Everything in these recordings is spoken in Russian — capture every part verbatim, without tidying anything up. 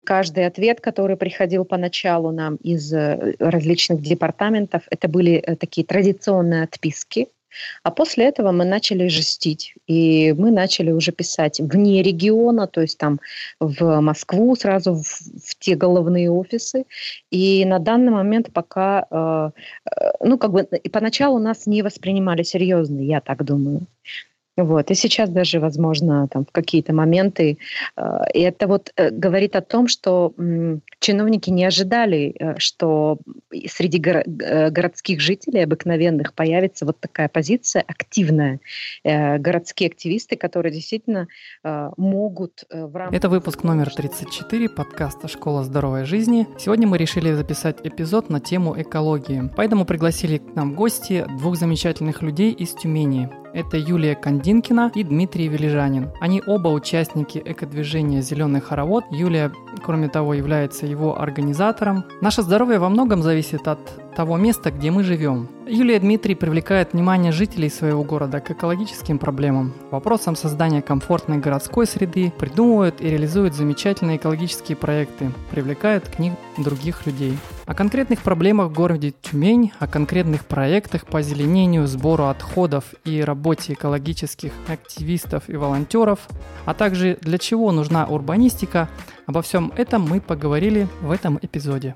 каждый ответ, который приходил поначалу нам из э, различных департаментов, это были э, такие традиционные отписки. А после этого мы начали жестить, и мы начали уже писать вне региона, то есть там в Москву, сразу в, в те головные офисы. И на данный момент пока, э, э, ну как бы, и поначалу нас не воспринимали серьезно, я так думаю. Вот. И сейчас даже, возможно, там, в какие-то моменты. Э, и это вот э, говорит о том, что м, чиновники не ожидали, э, что среди горо- э, городских жителей обыкновенных появится вот такая позиция активная. Э, городские активисты, которые действительно э, могут э, в рамках... Это выпуск номер тридцать четыре подкаста «Школа здоровой жизни». Сегодня мы решили записать эпизод на тему экологии. Поэтому пригласили к нам в гости двух замечательных людей из Тюмени. Это Юлия Кандинкина и Дмитрий Велижанин. Они оба участники экодвижения «Зеленый хоровод». Юлия, кроме того, является его организатором. Наше здоровье во многом зависит от того места, где мы живем. Юлия и Дмитрий привлекают внимание жителей своего города к экологическим проблемам, вопросам создания комфортной городской среды, придумывают и реализуют замечательные экологические проекты, привлекают к ним других людей. О конкретных проблемах в городе Тюмень, о конкретных проектах по озеленению, сбору отходов и работе экологических активистов и волонтеров, а также для чего нужна урбанистика, обо всем этом мы поговорили в этом эпизоде.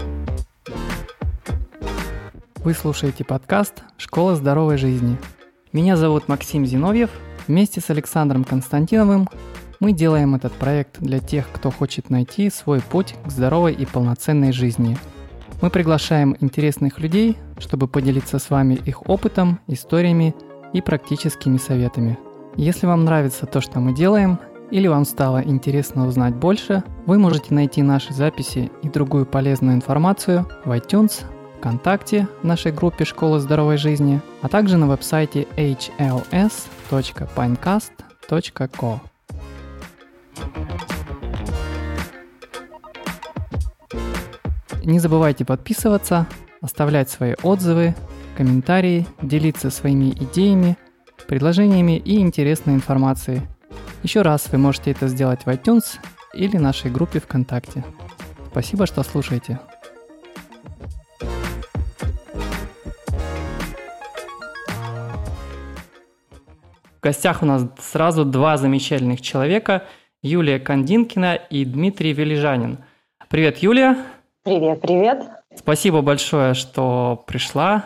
Вы слушаете подкаст «Школа здоровой жизни». Меня зовут Максим Зиновьев. Вместе с Александром Константиновым мы делаем этот проект для тех, кто хочет найти свой путь к здоровой и полноценной жизни. Мы приглашаем интересных людей, чтобы поделиться с вами их опытом, историями и практическими советами. Если вам нравится то, что мы делаем, или вам стало интересно узнать больше, вы можете найти наши записи и другую полезную информацию в iTunes, ВКонтакте, в нашей группе «Школа здоровой жизни», а также на веб-сайте эйч эл эс точка пайнкаст точка ко. Не забывайте подписываться, оставлять свои отзывы, комментарии, делиться своими идеями, предложениями и интересной информацией. Еще раз вы можете это сделать в iTunes или нашей группе ВКонтакте. Спасибо, что слушаете. В гостях у нас сразу два замечательных человека – Юлия Кандинкина и Дмитрий Велижанин. Привет, Юлия. Привет, привет. Спасибо большое, что пришла.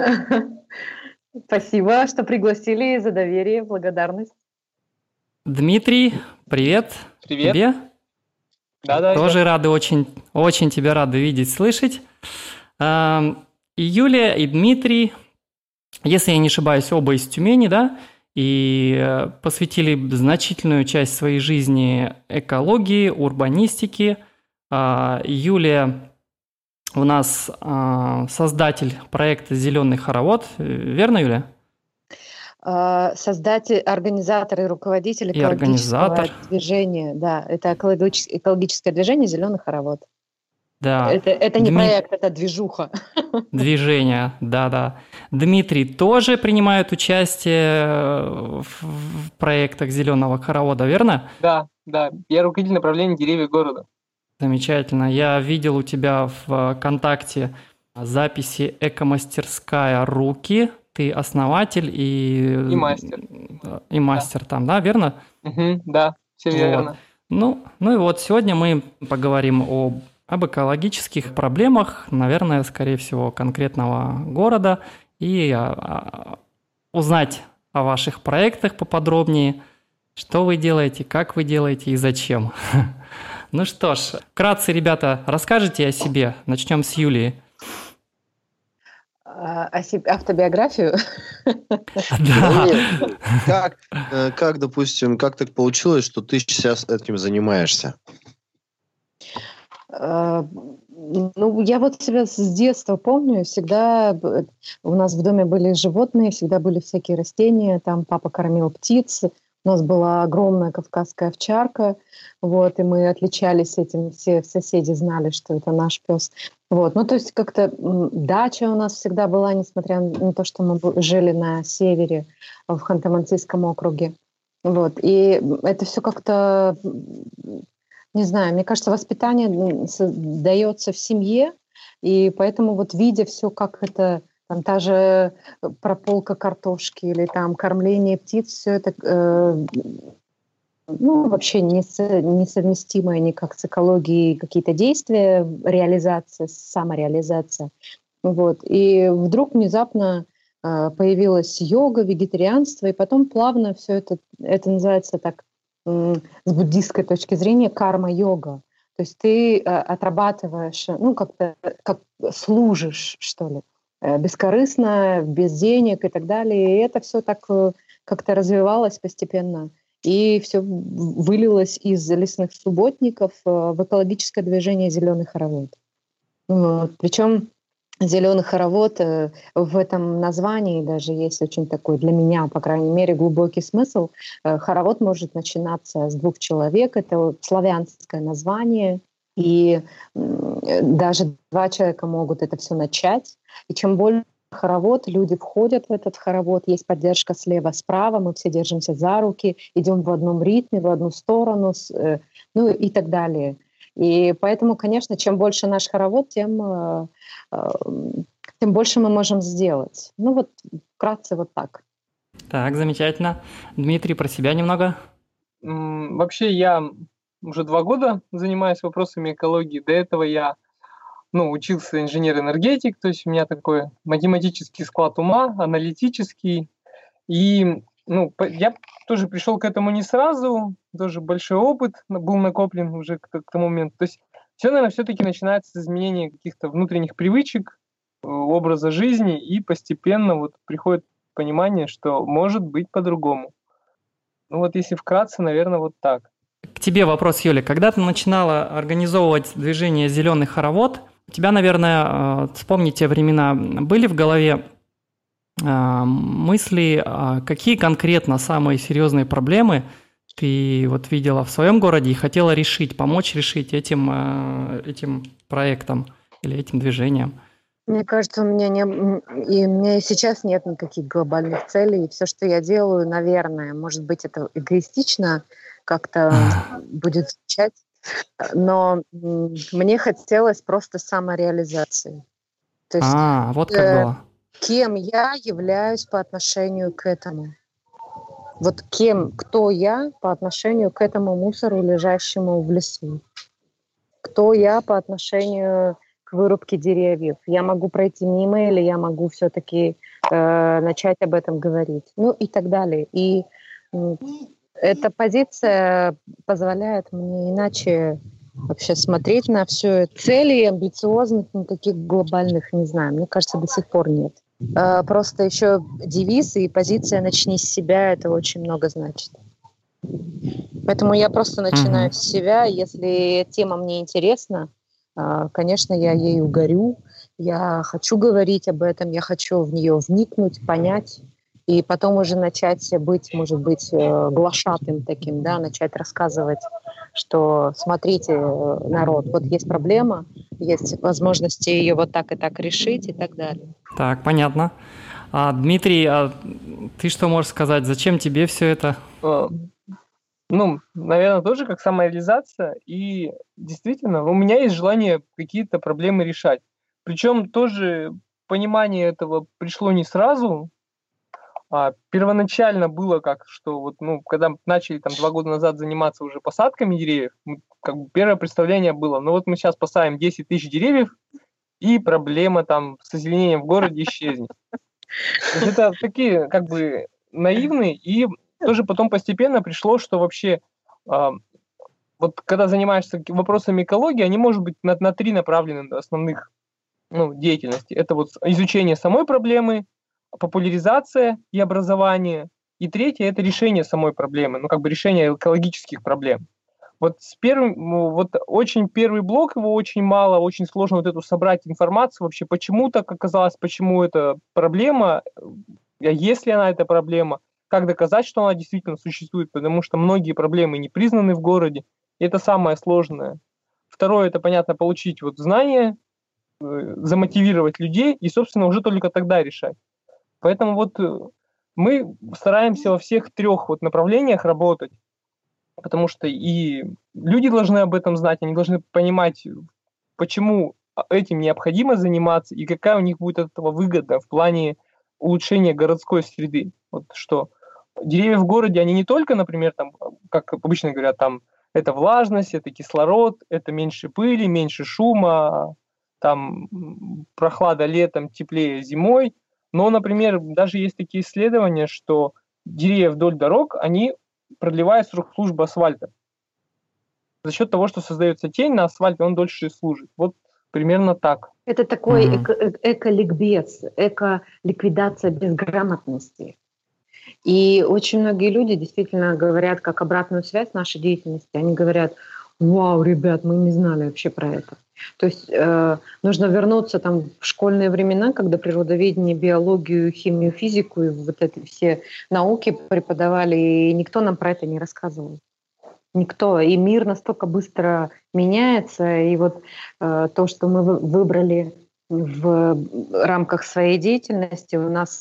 Спасибо, что пригласили, за доверие, благодарность. Дмитрий, привет. Привет. Тебе. Да-да. Тоже рады, очень, очень тебя рады видеть, слышать. И Юлия, и Дмитрий, если я не ошибаюсь, оба из Тюмени, да, и посвятили значительную часть своей жизни экологии, урбанистике. Юлия у нас создатель проекта «Зеленый хоровод». Верно, Юлия? Создатель, организатор и руководитель и экологического организатор. движения. Да, это экологическое, экологическое движение «Зеленый хоровод». Да. Это, это не Дми... проект, это движуха. Движение, да-да. Дмитрий тоже принимает участие в проектах «Зеленого хоровода», верно? Да, да. Я руководитель направления «Деревья города». Замечательно. Я видел у тебя в ВКонтакте записи «Экомастерская Руки». Ты основатель и... И мастер. И мастер да. там, да, верно? Угу, да, все вот. верно. Ну, ну и вот сегодня мы поговорим о, об экологических проблемах, наверное, скорее всего, конкретного города, и а, а, узнать о ваших проектах поподробнее, что вы делаете, как вы делаете и зачем. Ну что ж, вкратце, ребята, расскажите о себе. Начнем с Юлии. О себе, автобиографию? Да. Как, как, допустим, как так получилось, что ты сейчас этим занимаешься? Ну, я вот себя с детства помню, всегда у нас в доме были животные, всегда были всякие растения, там папа кормил птиц, у нас была огромная кавказская овчарка, вот, и мы отличались этим, все соседи знали, что это наш пес. Вот, ну, то есть как-то дача у нас всегда была, несмотря на то, что мы жили на севере, в Ханты-Мансийском округе. Вот, и это все как-то, Не знаю, мне кажется, воспитание дается в семье, и поэтому вот видя все, как это, там, та же прополка картошки или там кормление птиц, все это, э, ну, вообще несо- несовместимое никак с экологией какие-то действия, реализация, самореализация. Вот. И вдруг внезапно э, появилась йога, вегетарианство, и потом плавно все это, это называется так, м, с буддистской точки зрения, карма-йога. То есть ты э, отрабатываешь, ну, как-то как служишь, что ли, э, бескорыстно, без денег и так далее. И это все так э, как-то развивалось постепенно. И все вылилось из лесных субботников э, в экологическое движение «Зеленый хоровод». Вот. Причем «Зеленый хоровод» э, в этом названии даже есть очень такой, для меня, по крайней мере, глубокий смысл. Э, Хоровод может начинаться с двух человек. Это вот славянское название. И м, э, даже два человека могут это все начать. И чем больше хоровод, люди входят в этот хоровод, есть поддержка слева, справа, мы все держимся за руки, идем в одном ритме, в одну сторону, с, э, ну и так далее. И поэтому, конечно, чем больше наш хоровод, тем, э, э, тем больше мы можем сделать. Ну вот вкратце вот так. Так, замечательно. Дмитрий, про себя немного. М, Вообще я уже два года занимаюсь вопросами экологии. До этого я ну, учился инженер-энергетик, то есть у меня такой математический склад ума, аналитический. И ну, по- я тоже пришел к этому не сразу, тоже большой опыт был накоплен уже к, к тому моменту. То есть все, наверное, все-таки начинается с изменения каких-то внутренних привычек, э, образа жизни, и постепенно вот приходит понимание, что может быть по-другому. Ну вот если вкратце, наверное, вот так. К тебе вопрос, Юля. Когда ты начинала организовывать движение «Зеленый хоровод», у тебя, наверное, э, вспомни те времена, были в голове э, мысли, э, какие конкретно самые серьезные проблемы ты вот видела в своем городе и хотела решить, помочь решить этим, э, этим проектом или этим движением? Мне кажется, у меня не, м, и у меня и сейчас нет никаких глобальных целей. И все, что я делаю, наверное, может быть, это эгоистично как-то будет звучать, но м, мне хотелось просто самореализации. То есть А, вот как э, было. кем я являюсь по отношению к этому. Вот кем, кто я по отношению к этому мусору, лежащему в лесу. Кто я по отношению к вырубке деревьев. Я могу пройти мимо или я могу все-таки э, начать об этом говорить. Ну и так далее. И м, эта позиция позволяет мне иначе вообще смотреть на все. Целей амбициозных, никаких глобальных, не знаю. Мне кажется, до сих пор нет. Э, Просто еще девиз и позиция «начни с себя» — это очень много значит. Поэтому я просто начинаю Мгм. с себя. Если тема мне интересна, а, конечно, я ею горю. Я хочу говорить об этом, я хочу в нее вникнуть, понять. И потом уже начать быть, может быть, э, глашатым таким, да, начать рассказывать, что смотрите, э, народ, вот есть проблема, есть возможности ее вот так и так решить и так далее. Так, понятно. А, Дмитрий, а ты что можешь сказать? Зачем тебе все это? Э, Ну, наверное, тоже как самореализация. И действительно, у меня есть желание какие-то проблемы решать. Причем тоже понимание этого пришло не сразу. А первоначально было как, что вот, ну, когда мы начали там два года назад заниматься уже посадками деревьев, мы, как бы первое представление было, ну вот мы сейчас посадим десять тысяч деревьев, и проблема там с озеленением в городе исчезнет. То есть это такие как бы наивные, и тоже потом постепенно пришло, что вообще а, вот когда занимаешься вопросами экологии, они, может быть, на, на три направлены основных ну, деятельности. Это вот изучение самой проблемы, популяризация и образование. И третье – это решение самой проблемы, ну, как бы решение экологических проблем. Вот с первым, ну, вот очень первый блок, его очень мало, очень сложно вот эту собрать информацию вообще, почему так оказалось, почему это проблема, а есть ли она эта проблема, как доказать, что она действительно существует, потому что многие проблемы не признаны в городе, и это самое сложное. Второе – это, понятно, получить вот знания, э, замотивировать людей и, собственно, уже только тогда решать. Поэтому вот э, мы стараемся во всех трех вот направлениях работать. потому что и люди должны об этом знать, они должны понимать, почему этим необходимо заниматься и какая у них будет от этого выгода в плане улучшения городской среды. Вот что деревья в городе, они не только, например, там, как обычно говорят, там, это влажность, это кислород, это меньше пыли, меньше шума, там, прохлада летом, теплее зимой. Но, например, даже есть такие исследования, что деревья вдоль дорог, они продлевают срок службы асфальта. За счет того, что создается тень на асфальте, он дольше служит. Вот примерно так. Это такой Мгм. эко- эко-ликбез, эко-ликвидация безграмотности. И очень многие люди действительно говорят, как обратную связь нашей деятельности, они говорят: вау, ребят, мы не знали вообще про это. То есть э, нужно вернуться там в школьные времена, когда природоведение, биологию, химию, физику и вот эти все науки преподавали, и никто нам про это не рассказывал. Никто. И мир настолько быстро меняется, и вот э, то, что мы вы- выбрали в рамках своей деятельности, у нас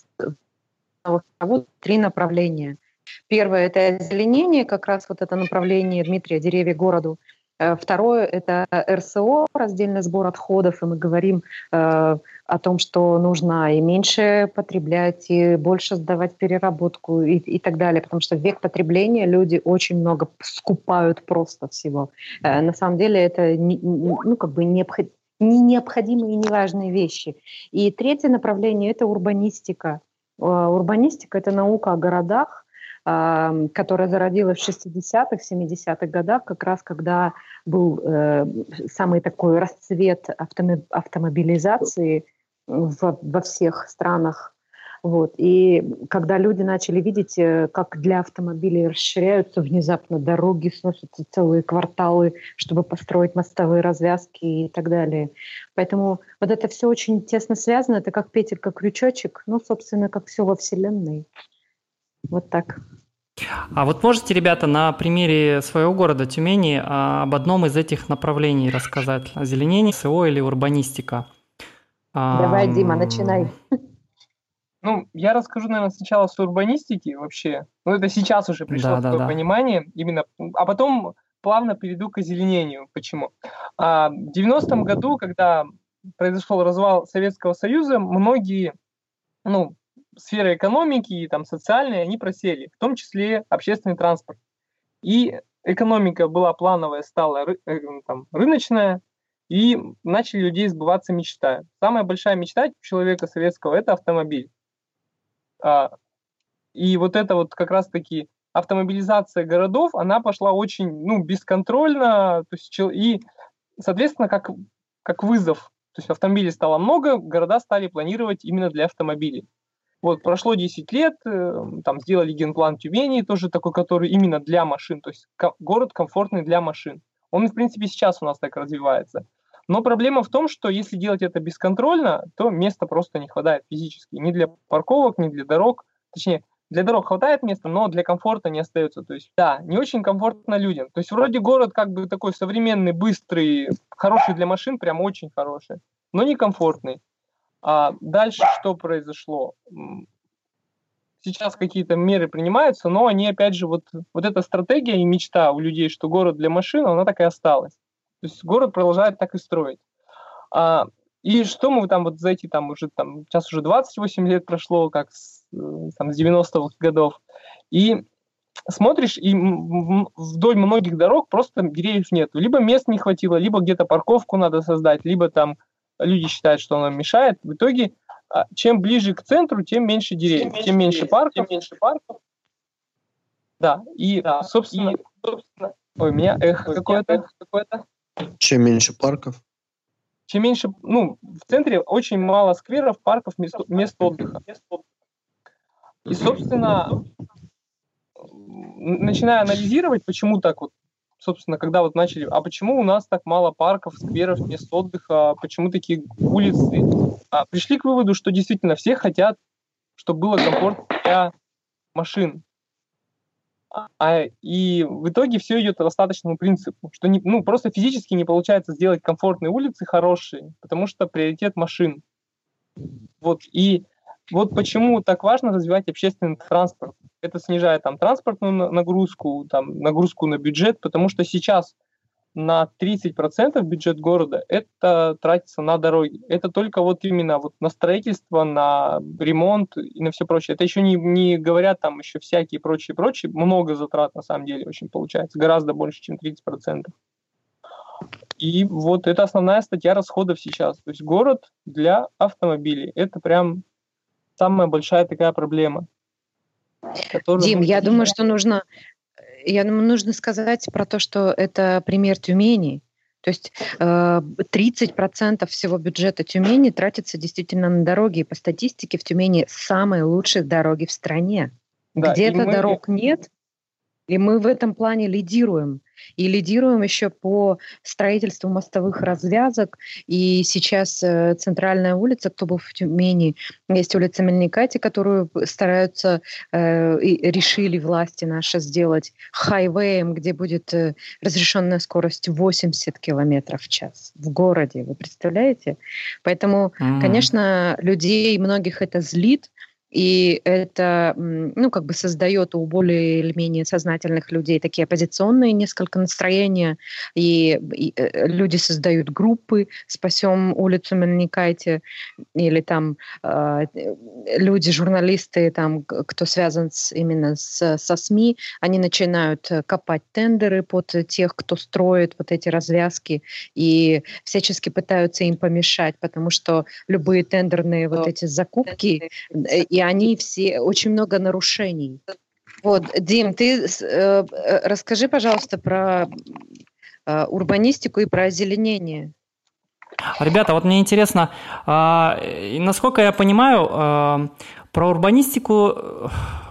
вот три направления. Первое – это озеленение, как раз вот это направление Дмитрия «Деревья городу». Э, Второе – это эр эс о, раздельный сбор отходов, и мы говорим э, о том, что нужно и меньше потреблять, и больше сдавать в переработку и, и так далее, потому что в век потребления люди очень много скупают просто всего. Э, на самом деле это не, не- ну, как бы необход- не необходимые и неважные вещи. И третье направление – это урбанистика. Э, Урбанистика – это наука о городах, а, которая зародилась в шестидесятых, семидесятых годах, как раз когда был э, самый такой расцвет автомо- автомобилизации во, во всех странах. Вот. И когда люди начали видеть, э, как для автомобилей расширяются внезапно дороги, сносятся целые кварталы, чтобы построить мостовые развязки и так далее. Поэтому вот это все очень тесно связано. Это как петелька, крючочек, ну, собственно, как все во Вселенной. Вот так. А вот можете, ребята, на примере своего города Тюмени а, об одном из этих направлений рассказать? Озеленение, эс о или урбанистика? Давай, Дима, Ам, начинай. Ну, я расскажу, наверное, сначала с урбанистики вообще. Ну, это сейчас уже пришло Да, да, такое да. понимание именно, а потом плавно перейду к озеленению. Почему? А, в девяностом году, когда произошел развал Советского Союза, многие, ну, сферы экономики и там социальные, они просели, в том числе общественный транспорт. И экономика была плановая, стала ры- э, там, рыночная, и начали людей сбываться мечта. Самая большая мечта человека советского – это автомобиль. А, И вот это вот как раз-таки автомобилизация городов, она пошла очень, ну, бесконтрольно, то есть, чел- и, соответственно, как, как вызов. То есть автомобилей стало много, города стали планировать именно для автомобилей. Вот прошло десять лет, э, там сделали генплан Тюмени, тоже такой, который именно для машин, то есть ко- город комфортный для машин. Он, в принципе, сейчас у нас так развивается. Но проблема в том, что если делать это бесконтрольно, то места просто не хватает физически. Ни для парковок, ни для дорог. Точнее, для дорог хватает места, но для комфорта не остается. То есть, да, не очень комфортно людям. То есть, вроде город как бы такой современный, быстрый, хороший для машин, прям очень хороший, но не комфортный. А дальше что произошло? М, Сейчас какие-то меры принимаются, но они, опять же, вот, вот эта стратегия и мечта у людей, что город для машин, она так и осталась. То есть город продолжает так и строить. А, и что мы там вот за эти там уже там сейчас уже двадцать восемь лет прошло, как с, э, там, с девяностых годов, и смотришь, и м- м- вдоль многих дорог просто деревьев нет. Либо мест не хватило, либо где-то парковку надо создать, либо там люди считают, что она мешает. В итоге, а, чем ближе к центру, тем меньше деревьев, тем меньше, тем меньше деревьев, парков. Тем меньше парков. Да, и, да, собственно, и, собственно, ой, у меня эхо какое-то. Эхо какое-то. Чем меньше парков? Чем меньше, ну, в центре очень мало скверов, парков, мест, мест отдыха. И, собственно, начиная анализировать, почему так вот, собственно, когда вот начали, а почему у нас так мало парков, скверов, мест отдыха, почему такие улицы, а, пришли к выводу, что действительно все хотят, чтобы было комфортно для машин. А, и в итоге все идет по остаточному принципу, что не, ну, просто физически не получается сделать комфортные улицы хорошие, потому что приоритет машин. Вот, и вот почему так важно развивать общественный транспорт. это снижает там транспортную нагрузку, там, нагрузку на бюджет, потому что сейчас на тридцать процентов бюджет города это тратится на дороги. Это только вот именно вот на строительство, на ремонт и на все прочее. Это еще не, не говорят там еще всякие прочие-прочие. Много затрат на самом деле очень получается. Гораздо больше, чем тридцать процентов. И вот это основная статья расходов сейчас. То есть город для автомобилей. Это прям самая большая такая проблема. Дим, я думаю, что нужно... Я думаю, нужно сказать про то, что это пример Тюмени. То есть э, тридцать процентов всего бюджета Тюмени тратится действительно на дороги. И по статистике в Тюмени самые лучшие дороги в стране. Да, где-то мы... дорог нет, и мы в этом плане лидируем. И лидируем еще по строительству мостовых развязок. И сейчас э, центральная улица, кто был в Тюмени, есть улица Мельникати, которую стараются э, и решили власти наши сделать хайвеем, где будет э, разрешенная скорость восемьдесят километров в час в городе. Вы представляете? Поэтому, mm. конечно, людей многих это злит. И это, ну, как бы создает у более или менее сознательных людей такие оппозиционные несколько настроения. И, и люди создают группы «Спасем улицу Мельникайте», или там э, люди, журналисты, там, кто связан с, именно с, со СМИ, они начинают копать тендеры под тех, кто строит вот эти развязки, и всячески пытаются им помешать, потому что любые тендерные вот эти закупки, и они все, очень много нарушений. Вот, Дим, ты э, расскажи, пожалуйста, про э, урбанистику и про озеленение. Ребята, вот мне интересно, э, насколько я понимаю, э, про урбанистику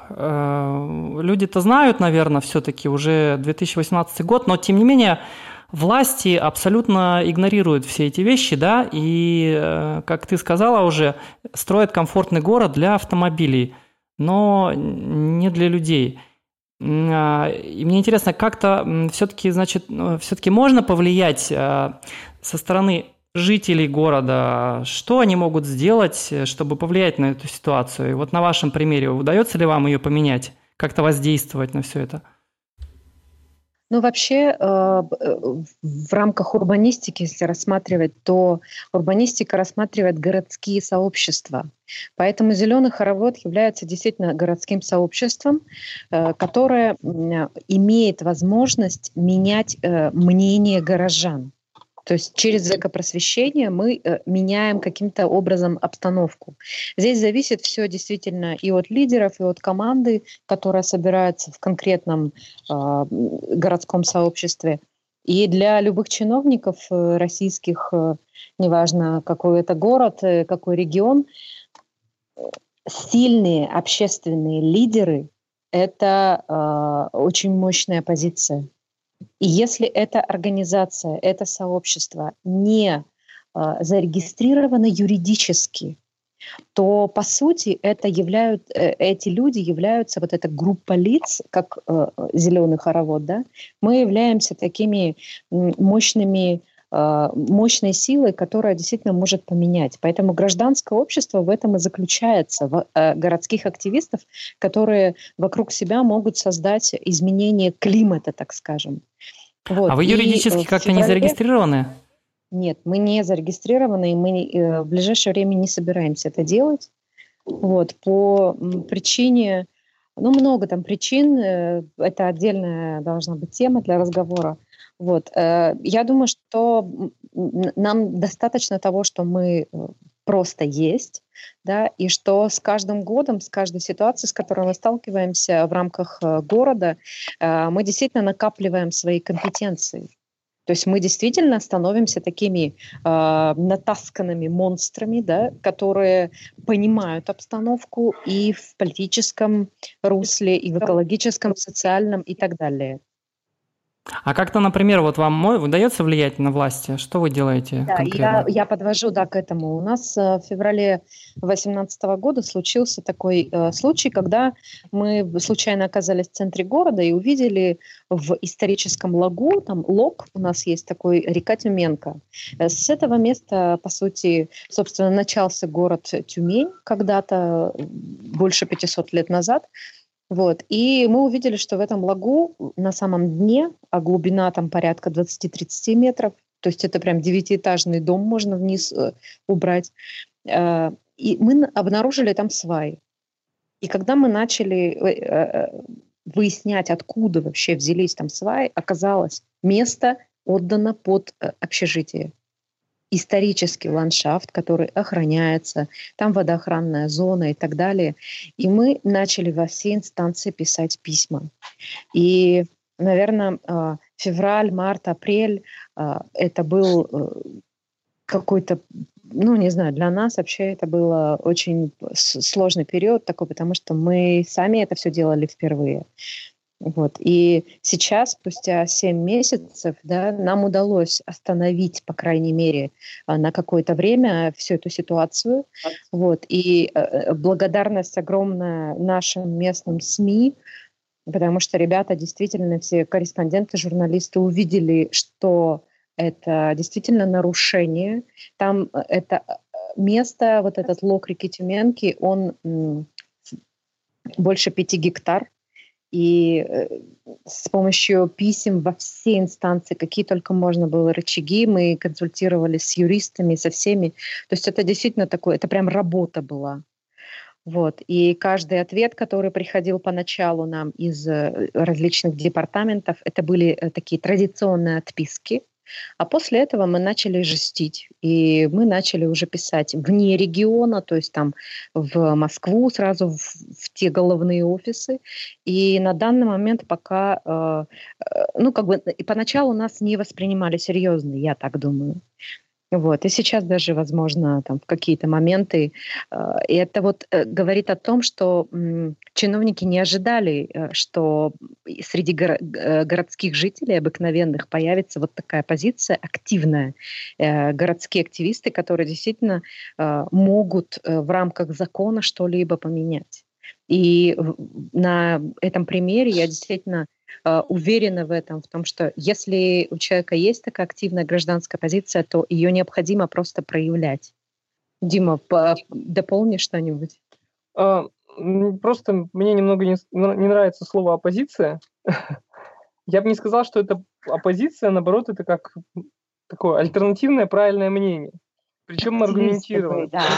э, люди-то знают, наверное, все-таки уже две тысячи восемнадцатый год, но тем не менее власти абсолютно игнорируют все эти вещи, да, и, как ты сказала уже, строят комфортный город для автомобилей, но не для людей. И мне интересно, как-то все-таки, значит, все-таки можно повлиять со стороны жителей города, что они могут сделать, чтобы повлиять на эту ситуацию? И вот на вашем примере удается ли вам ее поменять, как-то воздействовать на все это? Ну, вообще, в рамках урбанистики, если рассматривать, то урбанистика рассматривает городские сообщества. Поэтому «Зеленый хоровод» является действительно городским сообществом, которое имеет возможность менять мнение горожан. То есть через экопросвещение мы э, меняем каким-то образом обстановку. Здесь зависит все действительно и от лидеров, и от команды, которая собирается в конкретном э, городском сообществе. И для любых чиновников э, российских, э, неважно какой это город, э, какой регион, сильные общественные лидеры – это э, очень мощная позиция. И если эта организация, это сообщество не э, зарегистрировано юридически, то, по сути, это являют, э, эти люди являются, вот эта группа лиц, как э, «Зеленый хоровод», да, мы являемся такими мощными, э, мощной силой, которая действительно может поменять. Поэтому гражданское общество в этом и заключается, в э, городских активистов, которые вокруг себя могут создать изменение климата, так скажем. Вот. А вы юридически и как-то феврале... не зарегистрированы? Нет, мы не зарегистрированы, и мы э, в ближайшее время не собираемся это делать. Вот, по м, причине, ну, много там причин, э, это отдельная должна быть тема для разговора. Вот, э, я думаю, что нам достаточно того, что мы просто есть, да, и что с каждым годом, с каждой ситуацией, с которой мы сталкиваемся в рамках э, города, э, мы действительно накапливаем свои компетенции. То есть мы действительно становимся такими э, натасканными монстрами, да, которые понимают обстановку и в политическом русле, и в экологическом, социальном и так далее. А как-то, например, вот вам удается влиять на власти? Что вы делаете да, конкретно? Я, я подвожу да, к этому. У нас э, в феврале две тысячи восемнадцатого года случился такой э, случай, когда мы случайно оказались в центре города и увидели в историческом лагу, там лог, у нас есть такой, река Тюменка. С этого места, по сути, собственно, начался город Тюмень когда-то, больше пятисот лет назад. Вот. И мы увидели, что в этом лагу на самом дне, а глубина там порядка двадцать-тридцать метров, то есть это прям девятиэтажный дом можно вниз э, убрать. Э, и мы на- обнаружили там сваи. И когда мы начали э, э, выяснять, откуда вообще взялись там сваи, оказалось, место отдано под э, общежитие. Исторический ландшафт, который охраняется, там водоохранная зона и так далее. И мы начали во все инстанции писать письма. И, наверное, э, февраль, март, апрель э, это был э, какой-то, ну, не знаю, для нас вообще это было очень с- сложный период такой, потому что мы сами это все делали впервые. Вот. И сейчас, спустя семь месяцев, да, нам удалось остановить, по крайней мере, а, на какое-то время всю эту ситуацию. Вот. И э, э, благодарность огромная нашим местным СМИ, потому что ребята, действительно, все корреспонденты, журналисты увидели, что это действительно нарушение. Там э, это э, место, вот этот лог реки Тюменки, он м, больше пяти гектар. И э, с помощью писем во все инстанции, какие только можно было рычаги, мы консультировались с юристами, со всеми. То есть это действительно такое, это прям работа была. Вот. И каждый ответ, который приходил поначалу нам из э, различных департаментов, это были э, такие традиционные отписки. А после этого мы начали жестить, и мы начали уже писать вне региона, то есть там в Москву, сразу в, в те головные офисы. И на данный момент пока, э, э, ну как бы, и поначалу нас не воспринимали серьезно, я так думаю. Вот. И сейчас даже, возможно, там, в какие-то моменты. э, И это вот э, говорит о том, что м, чиновники не ожидали, э, что и среди горо- э, городских жителей обыкновенных появится вот такая позиция активная. Э, Городские активисты, которые действительно э, могут э, в рамках закона что-либо поменять. И в- на этом примере я действительно э, уверена в этом, в том, что если у человека есть такая активная гражданская позиция, то ее необходимо просто проявлять. Дима, по- дополни что-нибудь. А, м, Просто мне немного не, с- не нравится слово оппозиция. Я бы не сказал, что это оппозиция, наоборот, это как такое альтернативное правильное мнение. Причем Активисты аргументированно. вы, да.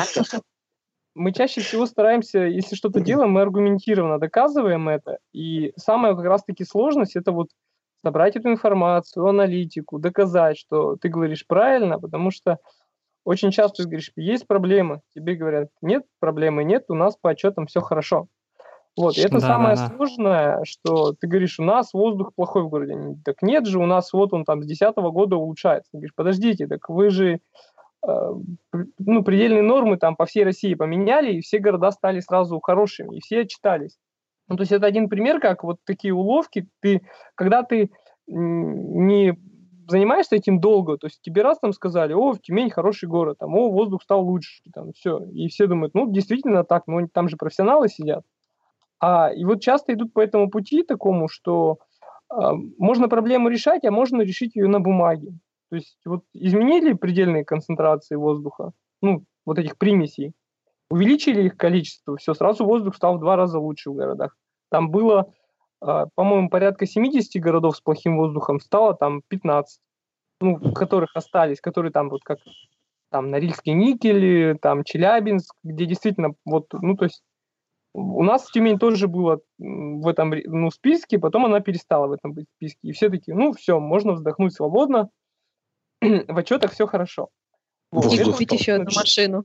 Мы чаще всего стараемся, если что-то делаем, мы аргументированно доказываем это. И самая как раз-таки сложность – это вот собрать эту информацию, аналитику, доказать, что ты говоришь правильно, потому что очень часто ты говоришь, есть проблемы, тебе говорят, нет проблемы, нет, у нас по отчетам все хорошо. Вот, и это Да, да, самое да. сложное, что ты говоришь, у нас воздух плохой в городе. Они, так нет же, у нас вот он там с десятого года улучшается. Ты говоришь, подождите, так вы же э, ну, предельные нормы там по всей России поменяли, и все города стали сразу хорошими, и все отчитались. Ну, то есть это один пример, как вот такие уловки. Ты, когда ты м, не занимаешься этим долго, то есть тебе раз там сказали, о, в Тюмень хороший город, там, о, воздух стал лучше, там, все. И все думают, ну, действительно так, ну, там же профессионалы сидят. А, и вот часто идут по этому пути такому, что а, можно проблему решать, а можно решить ее на бумаге. То есть вот изменили предельные концентрации воздуха, ну, вот этих примесей, увеличили их количество, все, сразу воздух стал в два раза лучше в городах. Там было, а, по-моему, порядка семьдесят городов с плохим воздухом, стало там пятнадцать, ну, в которых остались, которые там вот как там Норильский никель, там Челябинск, где действительно вот, ну, то есть у нас в Тюмень тоже было в этом ну, списке, потом она перестала в этом быть списке. И все такие, ну все, можно вздохнуть свободно, в отчетах все хорошо. Вот. И Это, Воздух купить стал еще одну лучше. машину.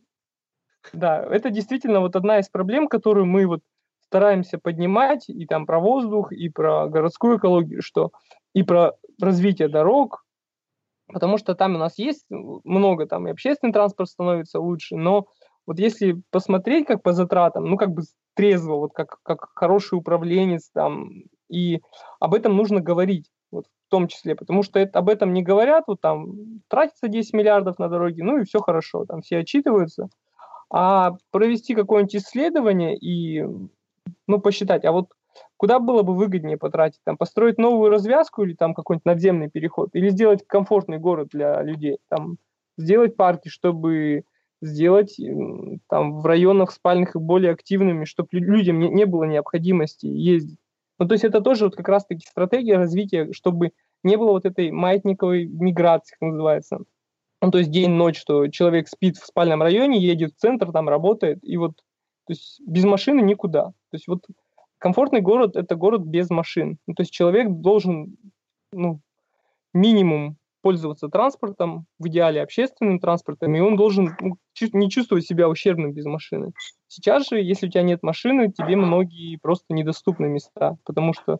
да, это действительно вот одна из проблем, которую мы вот стараемся поднимать и там про воздух, и про городскую экологию, что и про развитие дорог, потому что там у нас есть много, там и общественный транспорт становится лучше, но вот если посмотреть как по затратам, ну как бы трезво, вот как, как хороший управленец там, и об этом нужно говорить, вот в том числе, потому что это, об этом не говорят, вот там тратится десять миллиардов на дороги, ну и все хорошо, там все отчитываются, а провести какое-нибудь исследование и, ну, посчитать, а вот куда было бы выгоднее потратить? Там, построить новую развязку или там какой-нибудь надземный переход? Или сделать комфортный город для людей? Там, сделать парки, чтобы сделать там в районах спальных их более активными, чтобы людям не, не было необходимости ездить. Ну, то есть это тоже вот как раз-таки стратегия развития, чтобы не было вот этой маятниковой миграции, как называется. Ну, то есть день-ночь, что человек спит в спальном районе, едет в центр, там работает, и вот, то есть без машины никуда. То есть вот комфортный город – это город без машин. Ну, то есть человек должен, ну, минимум пользоваться транспортом, в идеале общественным транспортом, и он должен, ну, не чувствовать себя ущербным без машины. Сейчас же, если у тебя нет машины, тебе многие просто недоступны места, потому что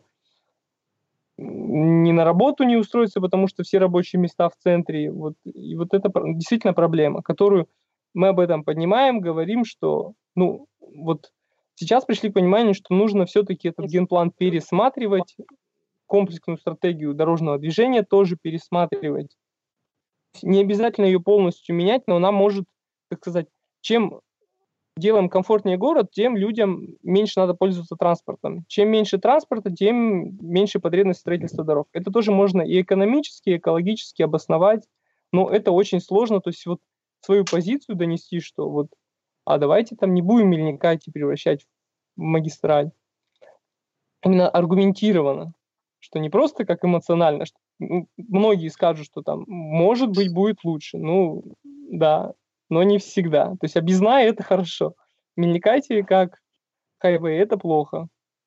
ни на работу не устроиться, потому что все рабочие места в центре. Вот, и вот это действительно проблема, которую мы об этом поднимаем, говорим, что ну, вот сейчас пришли к пониманию, что нужно все-таки этот генплан пересматривать, комплексную стратегию дорожного движения тоже пересматривать. Не обязательно ее полностью менять, но она может, так сказать, чем делаем комфортнее город, тем людям меньше надо пользоваться транспортом. Чем меньше транспорта, тем меньше потребность в строительстве дорог. Это тоже можно и экономически, и экологически обосновать, но это очень сложно. То есть вот свою позицию донести, что вот, а давайте там не будем Мельникати превращать в магистраль. Именно аргументированно, что не просто как эмоционально. Что, ну, многие скажут, что там, может быть, будет лучше. Ну, да, но не всегда. То есть объездная – это хорошо. Мельникати как хайвей – это плохо.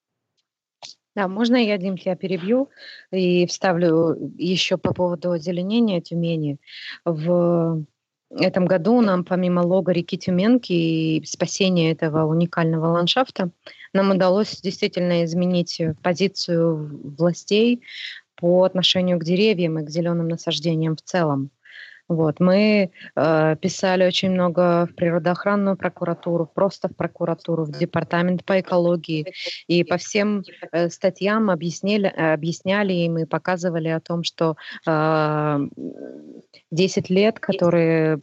Да, можно я, Дим, тебя перебью и вставлю еще по поводу озеленения Тюмени. В этом году нам помимо лога реки Тюменки и спасения этого уникального ландшафта нам удалось действительно изменить позицию властей по отношению к деревьям и к зеленым насаждениям в целом. Вот. Мы э, писали очень много в природоохранную прокуратуру, просто в прокуратуру, в департамент по экологии. И по всем э, статьям объясняли, объясняли им и показывали о том, что э, десять лет, которые...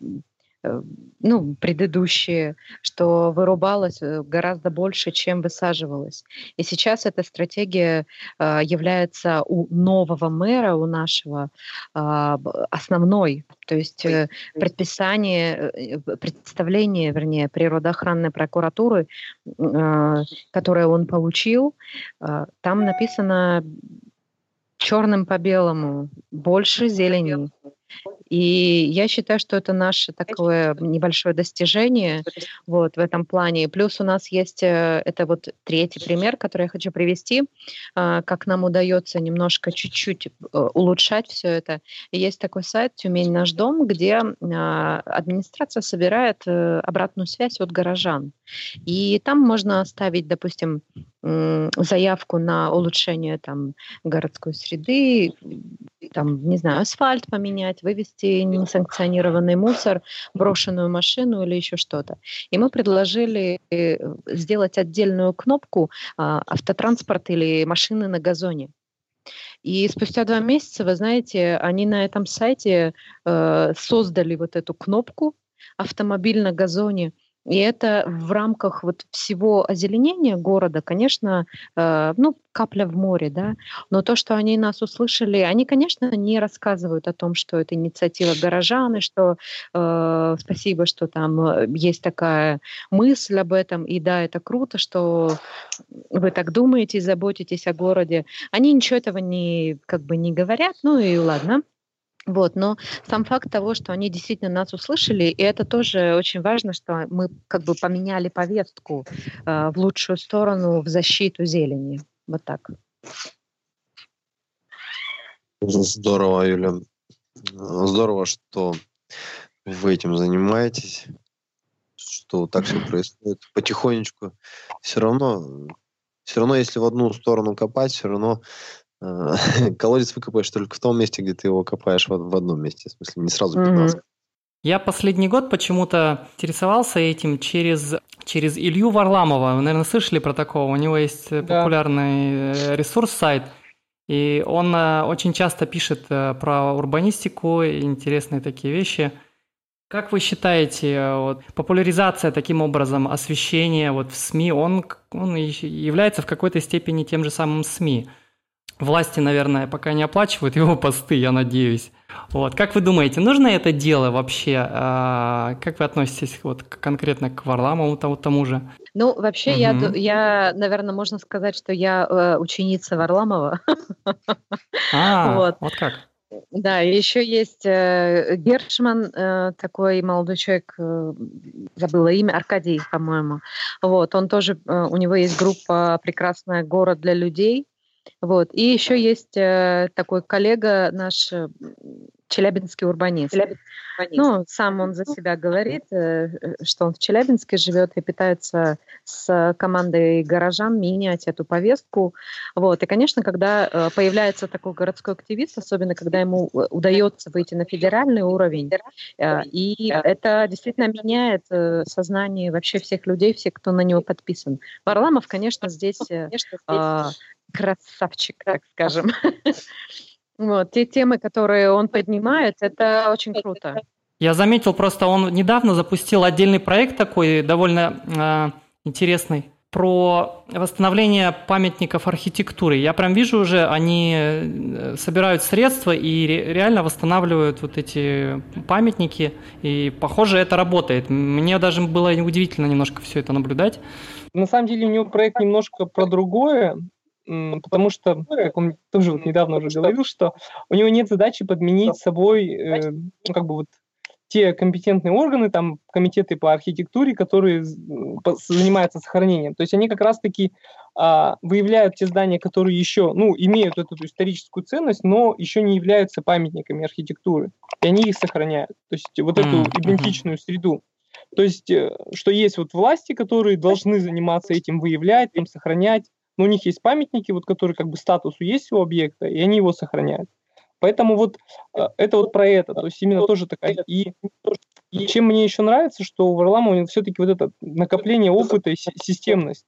ну, предыдущие, что вырубалось гораздо больше, чем высаживалось. И сейчас эта стратегия э, является у нового мэра, у нашего, э, основной. То есть э, предписание, э, представление, вернее, природоохранной прокуратуры, э, которое он получил, э, там написано черным по белому «больше зелени». И я считаю, что это наше такое небольшое достижение вот, в этом плане. Плюс у нас есть, это вот третий пример, который я хочу привести, как нам удается немножко чуть-чуть улучшать все это. И есть такой сайт «Тюмень наш дом», где администрация собирает обратную связь от горожан. И там можно оставить, допустим, заявку на улучшение там, городской среды, там, не знаю, асфальт поменять, вывести несанкционированный мусор, брошенную машину или еще что-то. И мы предложили сделать отдельную кнопку «Автотранспорт» или «Машины на газоне». И спустя два месяца, вы знаете, они на этом сайте э, создали вот эту кнопку «Автомобиль на газоне». И это в рамках вот всего озеленения города, конечно, э, ну, капля в море, да. Но то, что они нас услышали, они, конечно, не рассказывают о том, что это инициатива горожан, и что э, спасибо, что там есть такая мысль об этом, и да, это круто, что вы так думаете и заботитесь о городе. Они ничего этого не, как бы не говорят, ну и ладно. Вот, но сам факт того, что они действительно нас услышали, и это тоже очень важно, что мы как бы поменяли повестку э, в лучшую сторону, в защиту зелени. Вот так. Здорово, Юля. Здорово, что вы этим занимаетесь, что так все происходит потихонечку. Все равно, все равно, если в одну сторону копать, все равно колодец выкопаешь только в том месте, где ты его копаешь в, в одном месте. В смысле, не сразу пятнадцать. Mm-hmm. Я последний год почему-то интересовался этим через, через Илью Варламова. Вы, наверное, слышали про такого? У него есть да. популярный ресурс, сайт. И он очень часто пишет про урбанистику, интересные такие вещи. Как вы считаете, вот, популяризация таким образом освещения вот, в СМИ, он, он является в какой-то степени тем же самым СМИ? власти, наверное, пока не оплачивают его посты, я надеюсь. Вот. Как вы думаете, нужно это дело вообще? А, как вы относитесь вот конкретно к Варламову тому, тому же? Ну, вообще, Угу. я, я, наверное, можно сказать, что я э, ученица Варламова. А, Вот. вот как? Да, и еще есть э, Гершман, э, такой молодой человек, э, забыла имя, Аркадий, по-моему. Вот, он тоже, э, у него есть группа «Прекрасная город для людей». Вот, и еще есть э, такой коллега наш, э, челябинский урбанист. Ну, сам он за себя говорит, э, что он в Челябинске живет и пытается с командой горожан менять эту повестку. Вот. И, конечно, когда э, появляется такой городской активист, особенно когда ему удается выйти на федеральный уровень, э, и это действительно меняет э, сознание вообще всех людей, всех, кто на него подписан. Варламов, конечно, здесь э, э, красавчик, так скажем. Вот, те темы, которые он поднимает, это очень круто. Я заметил, просто он недавно запустил отдельный проект такой довольно э, интересный про восстановление памятников архитектуры. Я прям вижу уже, они собирают средства и ре- реально восстанавливают вот эти памятники, и похоже, это работает. Мне даже было удивительно немножко все это наблюдать. На самом деле у него проект немножко про другое, потому что, как он тоже вот недавно уже говорил, что у него нет задачи подменить собой, э, ну, как бы вот те компетентные органы, там, комитеты по архитектуре, которые занимаются сохранением. То есть они как раз-таки а, выявляют те здания, которые еще, ну, имеют эту историческую ценность, но еще не являются памятниками архитектуры. И они их сохраняют. То есть вот эту идентичную среду. То есть, что есть вот власти, которые должны заниматься этим, выявлять, там, сохранять. Но у них есть памятники, вот, которые как бы статусу есть у объекта, и они его сохраняют. Поэтому вот э, это вот про это, то есть именно тоже такая. И, и чем мне еще нравится, что у Варламова все-таки вот это накопление опыта и системность.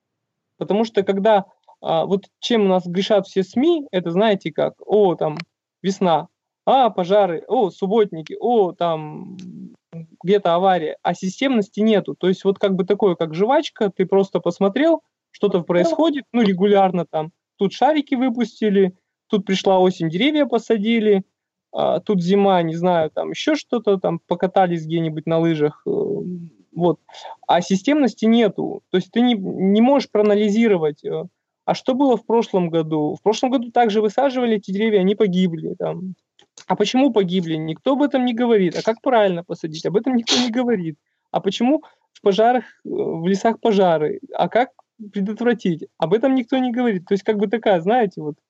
Потому что когда а, вот чем у нас грешат все СМИ, это знаете как, о, там, весна, а, пожары, о, субботники, о, там, где-то авария, а системности нету. То есть вот как бы такое, как жвачка, ты просто посмотрел, что-то происходит, ну, регулярно там, тут шарики выпустили, тут пришла осень, деревья посадили, а, тут зима, не знаю, там еще что-то, там покатались где-нибудь на лыжах, э, вот. А системности нету, то есть ты не, не можешь проанализировать, э, а что было в прошлом году? В прошлом году также высаживали эти деревья, они погибли, там. А почему погибли? Никто об этом не говорит. А как правильно посадить? Об этом никто не говорит. А почему в пожарах, в лесах пожары? А как предотвратить? Об этом никто не говорит. То есть как бы такая, знаете, вот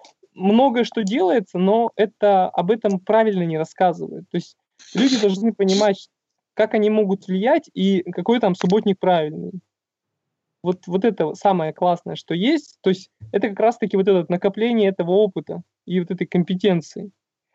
многое что делается, но это об этом правильно не рассказывают. То есть люди должны понимать, как они могут влиять и какой там субботник правильный. Вот, вот это самое классное, что есть. То есть это как раз-таки вот это накопление этого опыта и вот этой компетенции.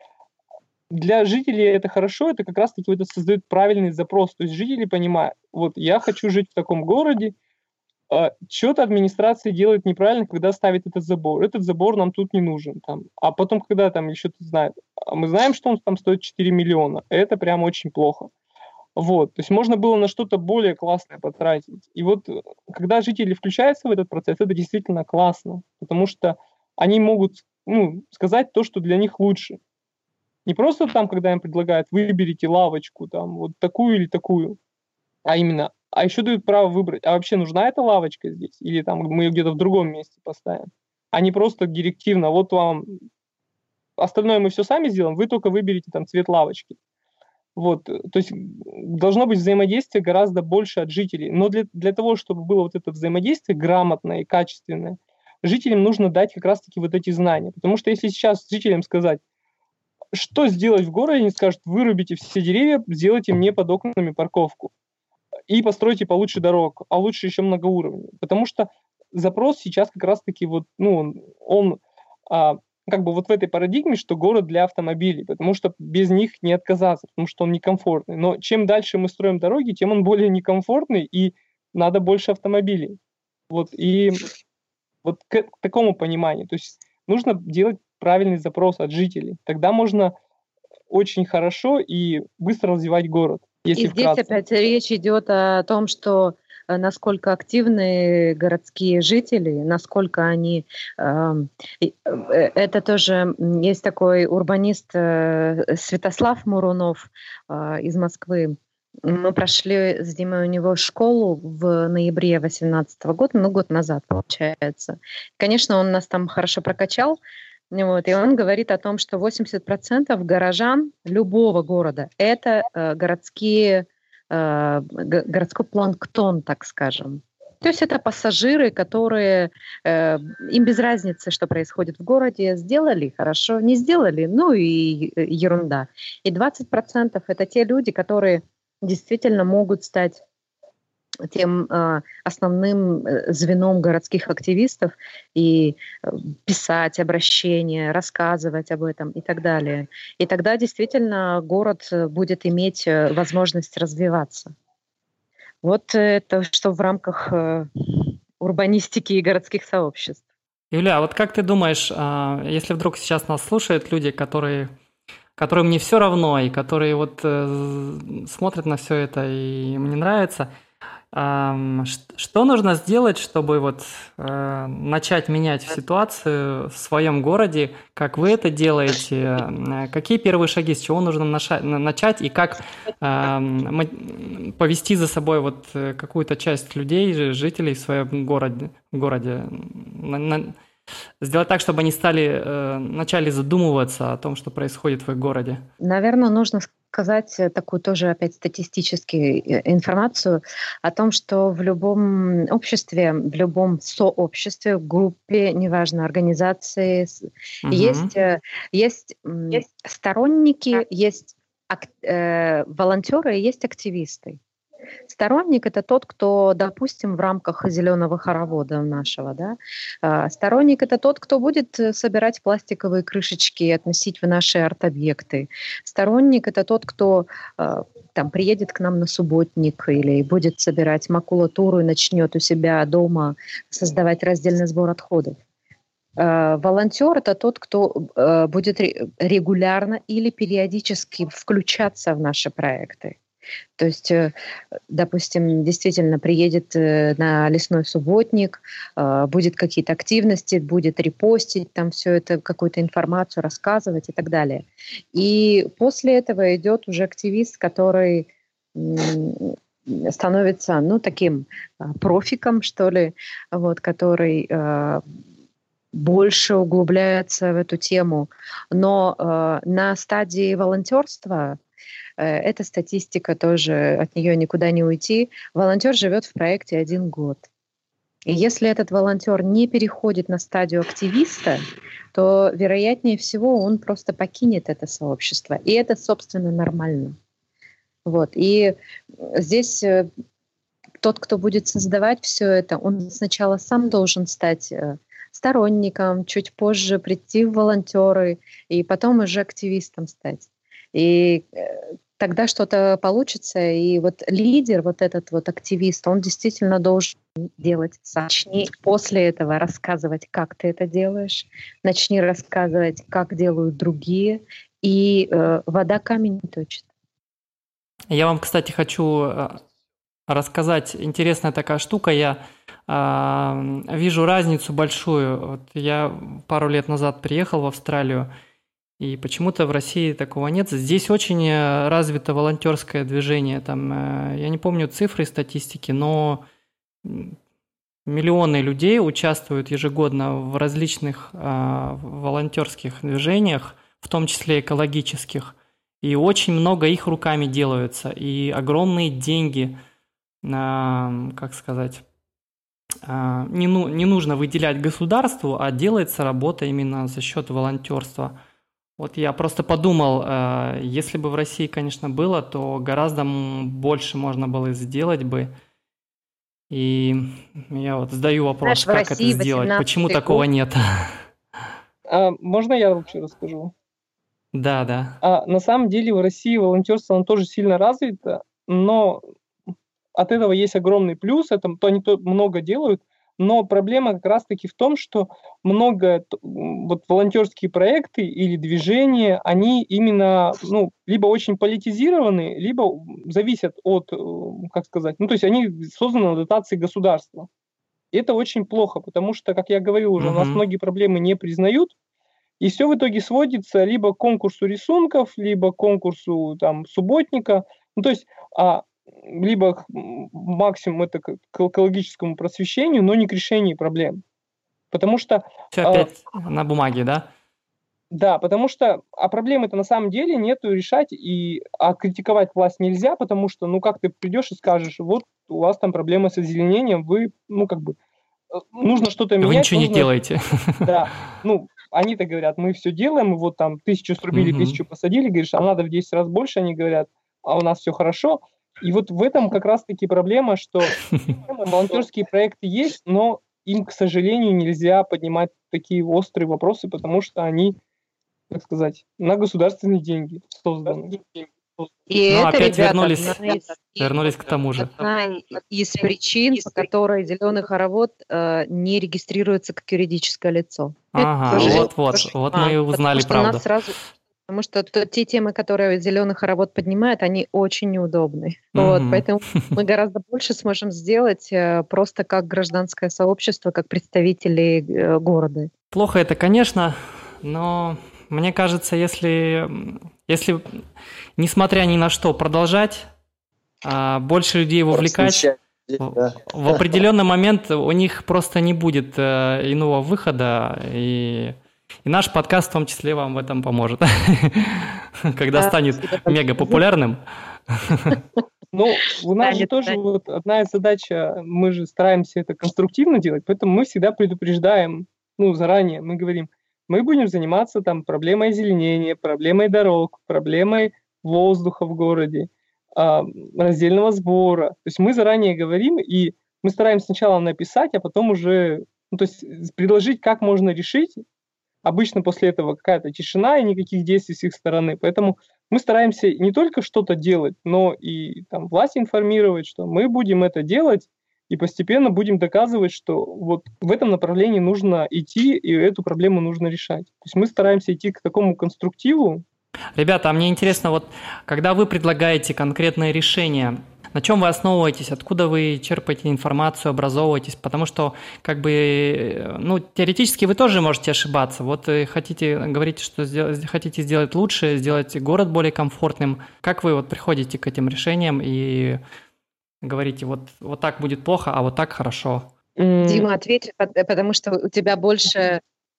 Для жителей это хорошо, это как раз-таки вот это создает правильный запрос. То есть жители понимают, вот я хочу жить в таком городе, э, что-то администрация делает неправильно, когда ставит этот забор. Этот забор нам тут не нужен. Там. А потом, когда там еще ты знаешь, мы знаем, что он там стоит четыре миллиона, это прям очень плохо. Вот, то есть можно было на что-то более классное потратить. И вот когда жители включаются в этот процесс, это действительно классно, потому что они могут, ну, сказать то, что для них лучше. Не просто там, когда им предлагают, выберите лавочку, там, вот такую или такую, а именно, а еще дают право выбрать, а вообще нужна эта лавочка здесь, или там мы ее где-то в другом месте поставим, а не просто директивно, вот вам, остальное мы все сами сделаем, вы только выберите там цвет лавочки. Вот, то есть должно быть взаимодействие гораздо больше от жителей, но для, для того, чтобы было вот это взаимодействие грамотное и качественное, жителям нужно дать как раз-таки вот эти знания, потому что если сейчас жителям сказать, что сделать в городе, они скажут, вырубите все деревья, сделайте мне под окнами парковку и постройте получше дорог, а лучше еще многоуровневый. Потому что запрос сейчас как раз-таки вот, ну, он, он а, как бы вот в этой парадигме, что город для автомобилей, потому что без них не отказаться, потому что он некомфортный. Но чем дальше мы строим дороги, тем он более некомфортный, и надо больше автомобилей. Вот, и вот к, к такому пониманию. То есть нужно делать правильный запрос от жителей. Тогда можно очень хорошо и быстро развивать город. Если и здесь вкратце. Опять речь идет о том, что э, насколько активны городские жители, насколько они... э, и, э, это тоже м, есть такой урбанист э, Святослав Мурунов э, из Москвы. Мы прошли с Димой у него школу в ноябре восемнадцатого года, ну, год назад, получается. Конечно, он нас там хорошо прокачал, вот, и он говорит о том, что восемьдесят процентов горожан любого города — это э, городские, э, го- городской планктон, так скажем. То есть это пассажиры, которые, э, им без разницы, что происходит в городе, сделали хорошо, не сделали, ну и э, ерунда. И двадцать процентов это те люди, которые действительно могут стать тем э, основным э, звеном городских активистов и э, писать обращения, рассказывать об этом и так далее. И тогда действительно город э, будет иметь э, возможность развиваться. Вот это что в рамках э, урбанистики и городских сообществ. Юля, а вот как ты думаешь, а, если вдруг сейчас нас слушают люди, которые, которым не все равно, и которые вот э, смотрят на все это, и им не нравится, ам, ш- что нужно сделать, чтобы вот э, начать менять ситуацию в своем городе, как вы это делаете? Э, Какие первые шаги, с чего нужно наша- на- начать, и как ам, мо- повести за собой вот э, какую-то часть людей, ж- жителей в своем городе, городе? На- на- Сделать так, чтобы они стали, э, начали задумываться о том, что происходит в их городе. Наверное, нужно сказать э, такую тоже опять статистическую э, информацию о том, что в любом обществе, в любом сообществе, группе, неважно, организации, с- Мгм. есть, э, есть м, сторонники, есть ак- э, волонтеры и есть активисты. Сторонник — это тот, кто, допустим, в рамках зеленого хоровода нашего, да, а, сторонник — это тот, кто будет э, собирать пластиковые крышечки и относить в наши арт-объекты. Сторонник — это тот, кто э, там приедет к нам на субботник или будет собирать макулатуру и начнет у себя дома создавать раздельный сбор отходов. Э, Волонтер — это тот, кто э, будет ре- регулярно или периодически включаться в наши проекты. То есть, э, допустим, действительно приедет э, на лесной субботник, э, будет какие-то активности, будет репостить там все это, какую-то информацию рассказывать и так далее. И после этого идет уже активист, который м, становится, ну, таким а, профиком, что ли, вот, который э, больше углубляется в эту тему. Но э, на стадии волонтерства Э, эта статистика тоже, от нее никуда не уйти. Волонтер живет в проекте один год. И если этот волонтер не переходит на стадию активиста, то, вероятнее всего, он просто покинет это сообщество. И это, собственно, нормально. Вот. И здесь э, тот, кто будет создавать все это, он сначала сам должен стать э, сторонником, чуть позже прийти в волонтеры и потом уже активистом стать. И э, тогда что-то получится, и вот лидер, вот этот вот активист, он действительно должен делать сам. Начни после этого рассказывать, как ты это делаешь, начни рассказывать, как делают другие, и э, вода камень не точит. Я вам, кстати, хочу э, рассказать. Интересная такая штука. Я а, вижу разницу большую. Вот я пару лет назад приехал в Австралию, и почему-то в России такого нет. Здесь очень э, развито волонтерское движение. Там, э, я не помню цифры статистики, но м, миллионы людей участвуют ежегодно в различных а, волонтерских движениях, в том числе экологических. И очень много их руками делаются. И огромные деньги, а, как сказать, а, не, ну, не нужно выделять государству, а делается работа именно за счет волонтерства. Вот я просто подумал, э, если бы в России, конечно, было, то гораздо м, больше можно было сделать бы. И я вот задаю вопрос, Знаешь, в как это России сделать, почему восемнадцатый такого год. нет? А можно я лучше расскажу? Да, да. А, на самом деле в России волонтерство оно тоже сильно развито, но от этого есть огромный плюс, это, то они то много делают, но проблема как раз-таки в том, что много вот волонтерские проекты или движения, они именно, ну, либо очень политизированы, либо зависят от, как сказать, ну, то есть они созданы на дотации государства. И это очень плохо, потому что, как я говорил уже, угу. у нас многие проблемы не признают, и все в итоге сводится либо к конкурсу рисунков, либо к конкурсу там, субботника, ну, то есть а, либо максимум это к экологическому просвещению, но не к решению проблем. Потому что... Все опять а, на бумаге, да? Да, потому что, а проблемы-то на самом деле нету решать, и, а критиковать власть нельзя, потому что, ну, как ты придешь и скажешь, вот у вас там проблема с озеленением, вы, ну, как бы, нужно что-то менять. Вы ничего нужно... не делаете. Да, ну, они-то говорят, мы все делаем, вот там тысячу срубили, угу. тысячу посадили, говоришь, а надо в десять раз больше, они говорят, а у нас все хорошо. И вот в этом как раз-таки проблема, что волонтерские проекты есть, но им, к сожалению, нельзя поднимать такие острые вопросы, потому что они, так сказать, на государственные деньги созданы. И ну, это, опять ребята, вернулись, из, вернулись к тому же. Одна из причин, по которой «Зеленый хоровод» э, не регистрируется как юридическое лицо. Ага, вот-вот, вот мы и узнали правду. Сразу, потому что то, те темы, которые «Зеленый хоровод» поднимает, они очень неудобны. Mm-hmm. Вот, поэтому мы гораздо больше сможем сделать э, просто как гражданское сообщество, как представители э, города. Плохо это, конечно, но... Мне кажется, если, если, несмотря ни на что, продолжать, больше людей вовлекать, в, в определенный момент у них просто не будет иного выхода, и, и наш подкаст в том числе вам в этом поможет, когда станет мега популярным. Ну, у нас же тоже вот одна из задач, мы же стараемся это конструктивно делать, поэтому мы всегда предупреждаем, ну, заранее, мы говорим, мы будем заниматься там проблемой озеленения, проблемой дорог, проблемой воздуха в городе, э, раздельного сбора. То есть мы заранее говорим, и мы стараемся сначала написать, а потом уже, ну, то есть предложить, как можно решить. Обычно после этого какая-то тишина и никаких действий с их стороны. Поэтому мы стараемся не только что-то делать, но и там власть информировать, что мы будем это делать, и постепенно будем доказывать, что вот в этом направлении нужно идти, и эту проблему нужно решать. То есть мы стараемся идти к такому конструктиву. Ребята, а мне интересно, вот когда вы предлагаете конкретные решения, на чем вы основываетесь, откуда вы черпаете информацию, образовываетесь? Потому что, как бы, ну, теоретически вы тоже можете ошибаться. Вот хотите, говорите, что сделать, хотите сделать лучше, сделать город более комфортным. Как вы вот приходите к этим решениям и... говорите, вот, вот так будет плохо, а вот так хорошо. Дима, ответь, потому что у тебя больше...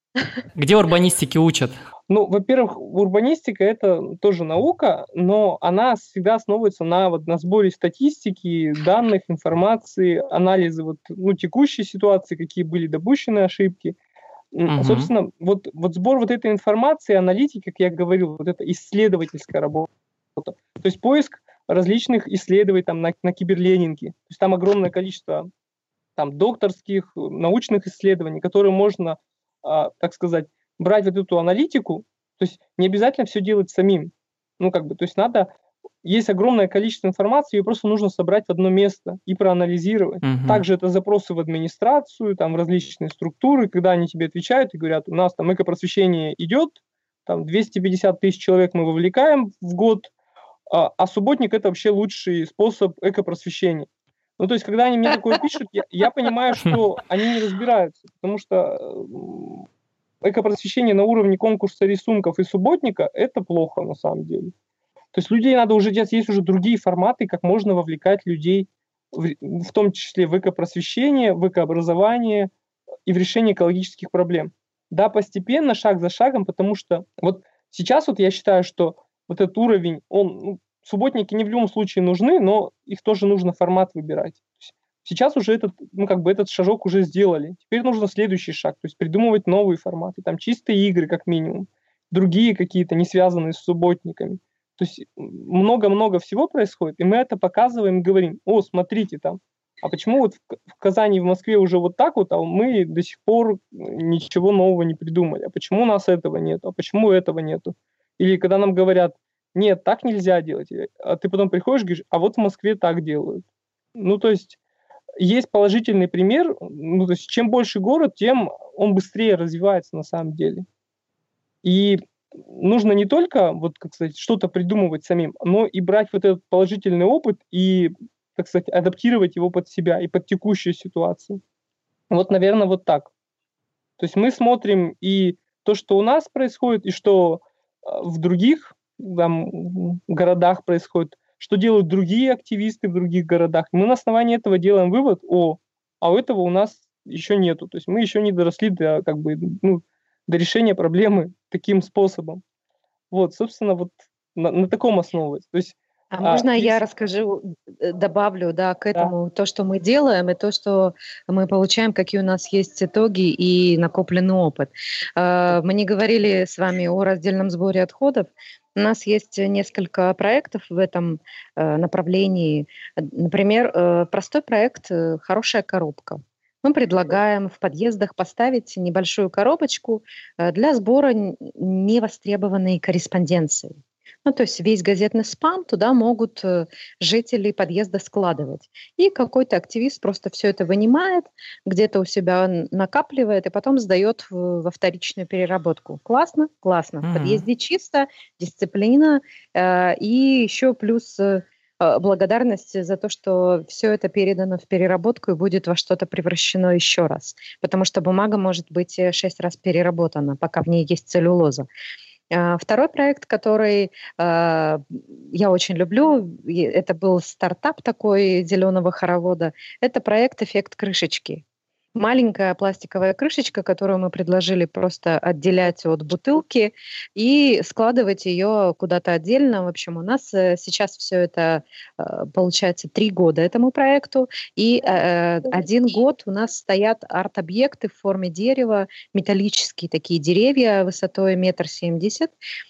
Где урбанистики учат? Ну, во-первых, урбанистика – это тоже наука, но она всегда основывается на, вот, на сборе статистики, данных, информации, анализа вот, ну, текущей ситуации, какие были допущены ошибки. Угу. Собственно, вот, вот сбор вот этой информации, аналитики, как я говорил, вот это исследовательская работа. То есть поиск различных исследований там, на, на киберленинге. То есть там огромное количество там, докторских, научных исследований, которые можно, а, так сказать, брать вот эту аналитику. То есть не обязательно все делать самим. Ну, как бы, то есть надо... Есть огромное количество информации, ее просто нужно собрать в одно место и проанализировать. Uh-huh. Также это запросы в администрацию, там, в различные структуры, когда они тебе отвечают и говорят, у нас там экопросвещение идет, там двести пятьдесят тысяч человек мы вовлекаем в год, а, а субботник – это вообще лучший способ экопросвещения. Ну, то есть, когда они мне такое пишут, я, я понимаю, что они не разбираются, потому что экопросвещение на уровне конкурса рисунков и субботника – это плохо на самом деле. То есть людей надо уже делать, есть уже другие форматы, как можно вовлекать людей, в, в том числе в экопросвещение, в экообразование и в решение экологических проблем. Да, постепенно, шаг за шагом, потому что вот сейчас вот я считаю, что вот этот уровень, он, ну, субботники не в любом случае нужны, но их тоже нужно формат выбирать. Сейчас уже этот, ну, как бы этот шажок уже сделали. Теперь нужно следующий шаг, то есть придумывать новые форматы, там чистые игры как минимум, другие какие-то, не связанные с субботниками. То есть много-много всего происходит, и мы это показываем и говорим, о, смотрите там, а почему вот в Казани и в Москве уже вот так вот, а мы до сих пор ничего нового не придумали, а почему у нас этого нет, а почему этого нету? Или когда нам говорят, нет, так нельзя делать, а ты потом приходишь и говоришь, а вот в Москве так делают. Ну, то есть есть положительный пример. Ну, то есть чем больше город, тем он быстрее развивается на самом деле. И нужно не только, вот, как сказать, что-то придумывать самим, но и брать вот этот положительный опыт и, так сказать, адаптировать его под себя и под текущую ситуацию. Вот, наверное, вот так. То есть мы смотрим и то, что у нас происходит, и что в других там, городах происходит, что делают другие активисты в других городах. Мы на основании этого делаем вывод, о, а у этого у нас еще нету. То есть мы еще не доросли до, как бы, ну, до решения проблемы таким способом. Вот, собственно, вот на, на таком основываясь. То есть, А а, можно здесь... я расскажу, э, добавлю, да, к этому Да. то, что мы делаем, и то, что мы получаем, какие у нас есть итоги и накопленный опыт. Э, Мы не говорили с вами о раздельном сборе отходов. У нас есть несколько проектов в этом э, направлении. Э, Например, э, простой проект э, «Хорошая коробка». Мы предлагаем в подъездах поставить небольшую коробочку э, для сбора н- невостребованной корреспонденции. Ну, то есть весь газетный спам туда могут э, жители подъезда складывать. И какой-то активист просто все это вынимает, где-то у себя н- накапливает и потом сдает в- во вторичную переработку. Классно? Классно. В Мгм. подъезде чисто, дисциплина э, и еще плюс э, э, благодарность за то, что все это передано в переработку и будет во что-то превращено еще раз. Потому что бумага может быть э, шесть раз переработана, пока в ней есть целлюлоза. А, Второй проект, который а, я очень люблю, и это был стартап такой зеленого хоровода, это проект «Эффект крышечки». Маленькая пластиковая крышечка, которую мы предложили просто отделять от бутылки и складывать ее куда-то отдельно. В общем, у нас э, сейчас все это э, получается три года этому проекту, и э, один год у нас стоят арт-объекты в форме дерева, металлические такие деревья высотой метр семьдесят,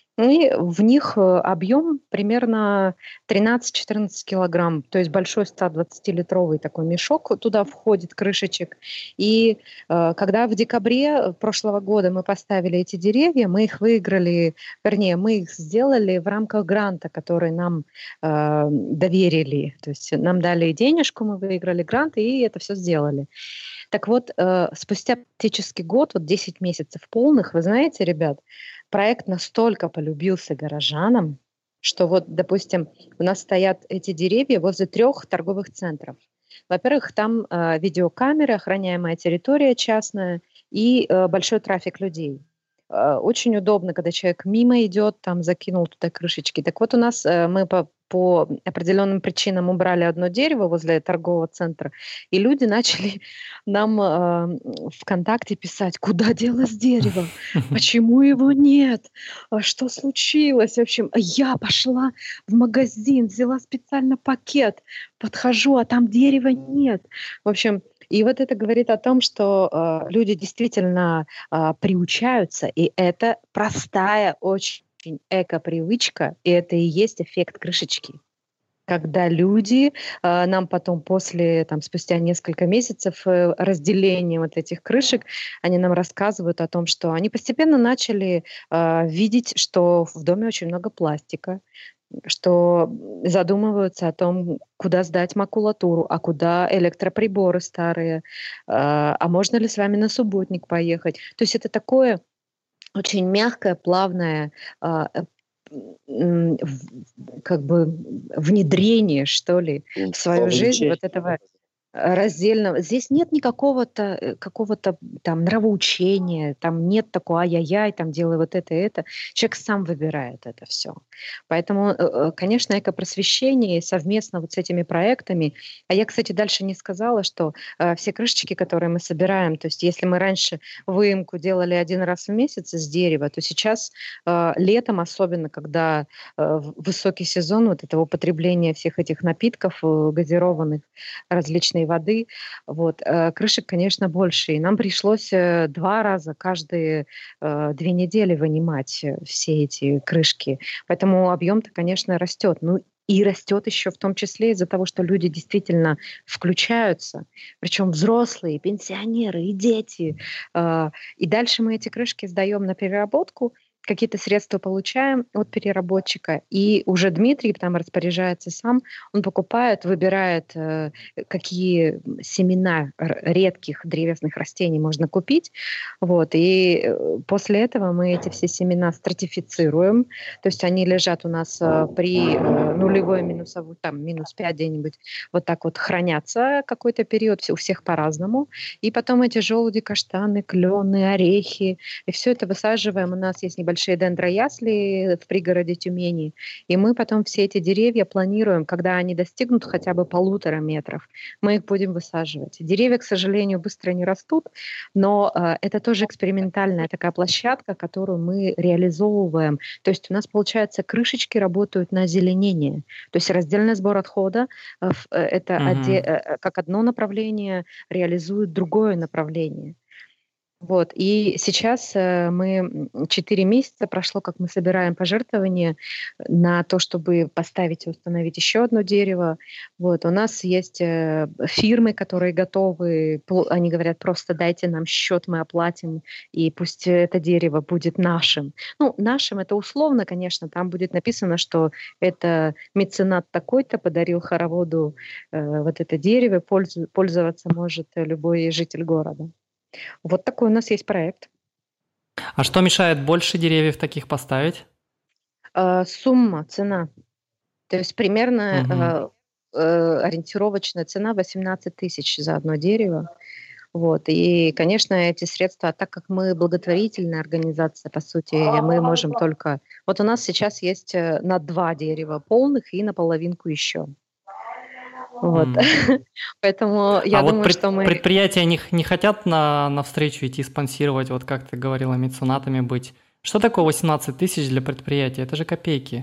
и в них э, объем примерно тринадцать-четырнадцать килограмм, то есть большой сто двадцатилитровый такой мешок, туда входит крышечек. И э, когда в декабре прошлого года мы поставили эти деревья, мы их выиграли, вернее, мы их сделали в рамках гранта, который нам э, доверили. То есть нам дали денежку, мы выиграли грант, и это все сделали. Так вот, э, спустя практически год, вот десять месяцев полных, вы знаете, ребят, проект настолько полюбился горожанам, что вот, допустим, у нас стоят эти деревья возле трех торговых центров. Во-первых, там э, видеокамеры, охраняемая территория частная и э, большой трафик людей. Э, очень удобно, когда человек мимо идет, там закинул туда крышечки. Так вот у нас э, мы по, по определенным причинам убрали одно дерево возле торгового центра, и люди начали нам э, ВКонтакте писать, куда делось дерево, почему его нет, а что случилось. В общем, я пошла в магазин, взяла специально пакет, подхожу, а там дерева нет. В общем, и вот это говорит о том, что э, люди действительно э, приучаются, и это простая, очень эко-привычка, и это и есть эффект крышечки. Когда люди, э, нам потом после, там, спустя несколько месяцев э, разделения вот этих крышек, они нам рассказывают о том, что они постепенно начали э, видеть, что в доме очень много пластика, что задумываются о том, куда сдать макулатуру, а куда электроприборы старые, а а можно ли с вами на субботник поехать. То есть это такое очень мягкое, плавное а, э, м, в- как бы внедрение, что ли, в свою жизнь вот этого раздельно. Здесь нет никакого-то э, какого-то там нравоучения, там нет такого ай-яй-яй, там делай вот это и это. Человек сам выбирает это все. Поэтому, э, э, конечно, экопросвещение совместно вот с этими проектами. А я, кстати, дальше не сказала, что э, все крышечки, которые мы собираем, то есть если мы раньше выемку делали один раз в месяц из дерева, то сейчас э, летом, особенно когда э, в- высокий сезон вот этого употребления всех этих напитков э, газированных, различной воды. Вот. э, Крышек, конечно, больше. И нам пришлось э, два раза каждые э, две недели вынимать э, все эти крышки. Поэтому объем-то, конечно, растет. Ну, и растет еще в том числе из-за того, что люди действительно включаются, причем взрослые, пенсионеры и дети. Э, И дальше мы эти крышки сдаем на переработку, какие-то средства получаем от переработчика, и уже Дмитрий там распоряжается сам, он покупает, выбирает, э, какие семена р- редких древесных растений можно купить, вот, и э, после этого мы эти все семена стратифицируем, то есть они лежат у нас э, при э, нулевой минусовой, там, минус пять где-нибудь, вот так вот хранятся какой-то период, все- у всех по-разному, и потом эти желуди, каштаны, клены, орехи, и все это высаживаем. У нас есть небольшие дендроясли в пригороде Тюмени, и мы потом все эти деревья планируем, когда они достигнут хотя бы полутора метров, мы их будем высаживать. Деревья, к сожалению, быстро не растут, но э, это тоже экспериментальная такая площадка, которую мы реализовываем. То есть у нас, получается, крышечки работают на озеленение. То есть раздельный сбор отхода э, в- э, это оде- Мгм. э, как одно направление реализует другое направление. Вот. И сейчас э, мы четыре месяца прошло, как мы собираем пожертвования на то, чтобы поставить и установить еще одно дерево. Вот. У нас есть э, фирмы, которые готовы, пл- они говорят, просто дайте нам счет, мы оплатим, и пусть это дерево будет нашим. Ну, нашим это условно, конечно, там будет написано, что это меценат такой-то подарил хороводу э, вот это дерево, пользу- пользоваться может э, любой житель города. Вот такой у нас есть проект. А что мешает больше деревьев таких поставить? Э, Сумма, цена. То есть Мгм. примерно э, э, ориентировочная цена восемнадцать тысяч за одно дерево. Вот. И, конечно, эти средства, а так как мы благотворительная организация, по сути, мы можем только... Вот у нас сейчас есть э, на два дерева полных и на половинку еще. Вот. М. Поэтому А я вот думаю, что пред- мы... предприятия не, х- не хотят на, навстречу идти спонсировать, вот как ты говорила, меценатами быть. Что такое восемнадцать тысяч для предприятия? Это же копейки.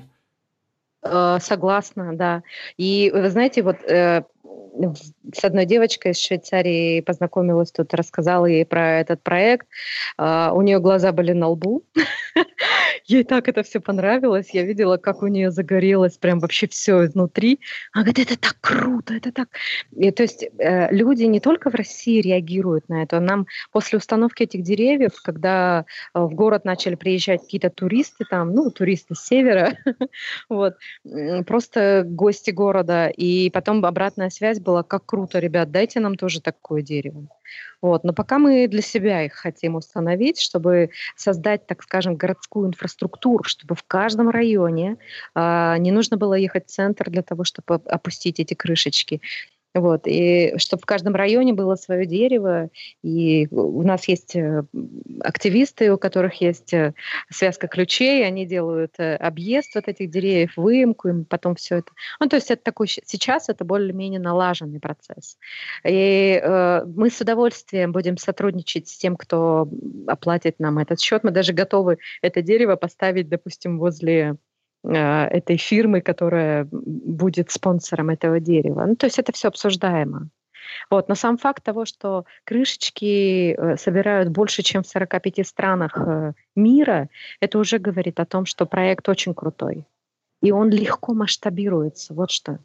Э, Согласна, да. И вы знаете, вот э, в- с одной девочкой из Швейцарии познакомилась тут, рассказала ей про этот проект. А, у нее глаза были на лбу. Ей так это все понравилось. Я видела, как у нее загорелось прям вообще все изнутри. Она говорит, это так круто, это так... И, то есть э, люди не только в России реагируют на это. Нам после установки этих деревьев, когда э, в город начали приезжать какие-то туристы, там, ну, туристы с севера, вот, м, просто гости города, и потом обратная связь была, как круто, ребят, дайте нам тоже такое дерево. Вот. Но пока мы для себя их хотим установить, чтобы создать, так скажем, городскую инфраструктуру, чтобы в каждом районе а, не нужно было ехать в центр для того, чтобы опустить эти крышечки. Вот. И чтобы в каждом районе было свое дерево. И у нас есть э, активисты, у которых есть э, связка ключей, они делают э, объезд вот этих деревьев, выемку, им потом все это. Ну, то есть это такой, щ- сейчас это более-менее налаженный процесс. И э, мы с удовольствием будем сотрудничать с тем, кто оплатит нам этот счет. Мы даже готовы это дерево поставить, допустим, возле э, этой фирмы, которая будет спонсором этого дерева. Ну, то есть это все обсуждаемо. Вот. Но сам факт того, что крышечки э, собирают больше, чем в сорока пяти странах э, мира, это уже говорит о том, что проект очень крутой. И он легко масштабируется. Вот что.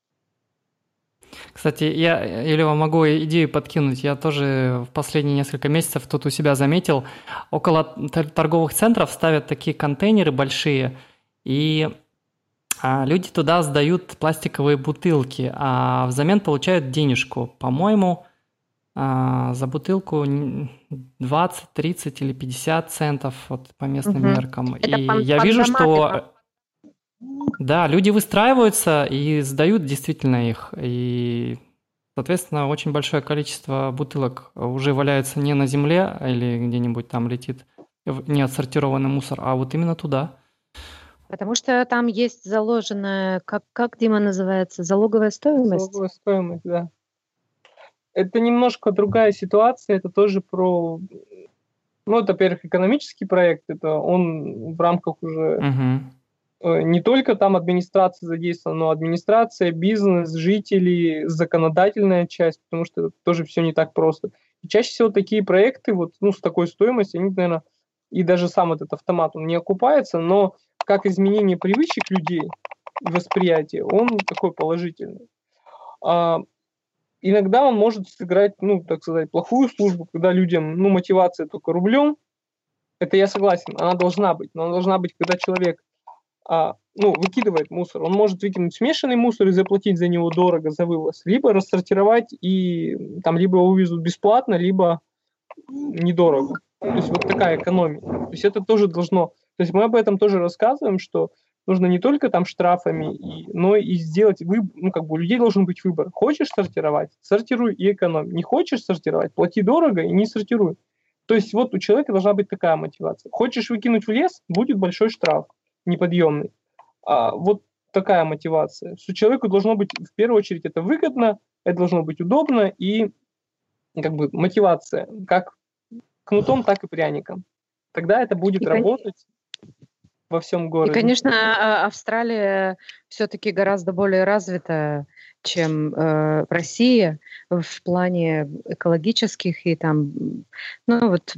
Кстати, я, Елева, могу идею подкинуть. Я тоже в последние несколько месяцев тут у себя заметил, около т- торговых центров ставят такие контейнеры большие, и а, люди туда сдают пластиковые бутылки, а взамен получают денежку. По-моему, а, за бутылку н- двадцать, тридцать или пятьдесят центов вот, по местным Мгм. меркам. И Это пан- я вижу, пандоматы. пан- что да, люди выстраиваются и сдают действительно их. И, соответственно, очень большое количество бутылок уже валяется не на земле или где-нибудь там летит в неотсортированный мусор, а вот именно туда. Потому что там есть заложенная, как, как Дима называется, залоговая стоимость. Залоговая стоимость, да. Это немножко другая ситуация, это тоже про, ну, это, во-первых, экономический проект, это он в рамках уже Мгм. э, не только там администрация задействована, но администрация, бизнес, жители, законодательная часть, потому что это тоже все не так просто. И чаще всего такие проекты вот, ну, с такой стоимостью, они, наверное, и даже сам этот автомат, он не окупается, но как изменение привычек людей, восприятия, он такой положительный. А, иногда он может сыграть, ну, так сказать, плохую службу, когда людям, ну, мотивация только рублем Это я согласен, она должна быть. Но она должна быть, когда человек а, ну, выкидывает мусор. Он может выкинуть смешанный мусор и заплатить за него дорого за вывоз, либо рассортировать и там либо его вывезут бесплатно, либо недорого. То есть вот такая экономия. То есть это тоже должно... То есть мы об этом тоже рассказываем, что нужно не только там штрафами, и, но и сделать выбор. Ну, как бы у людей должен быть выбор. Хочешь сортировать? Сортируй и экономь. Не хочешь сортировать? Плати дорого и не сортируй. То есть вот у человека должна быть такая мотивация. Хочешь выкинуть в лес? Будет большой штраф, неподъемный. А вот такая мотивация. Что человеку должно быть, в первую очередь, это выгодно, это должно быть удобно и как бы мотивация, как кнутом, так и пряником. Тогда это будет и работать во всем городе. И, конечно, Австралия все-таки гораздо более развита, чем э, Россия в плане экологических и там, ну вот,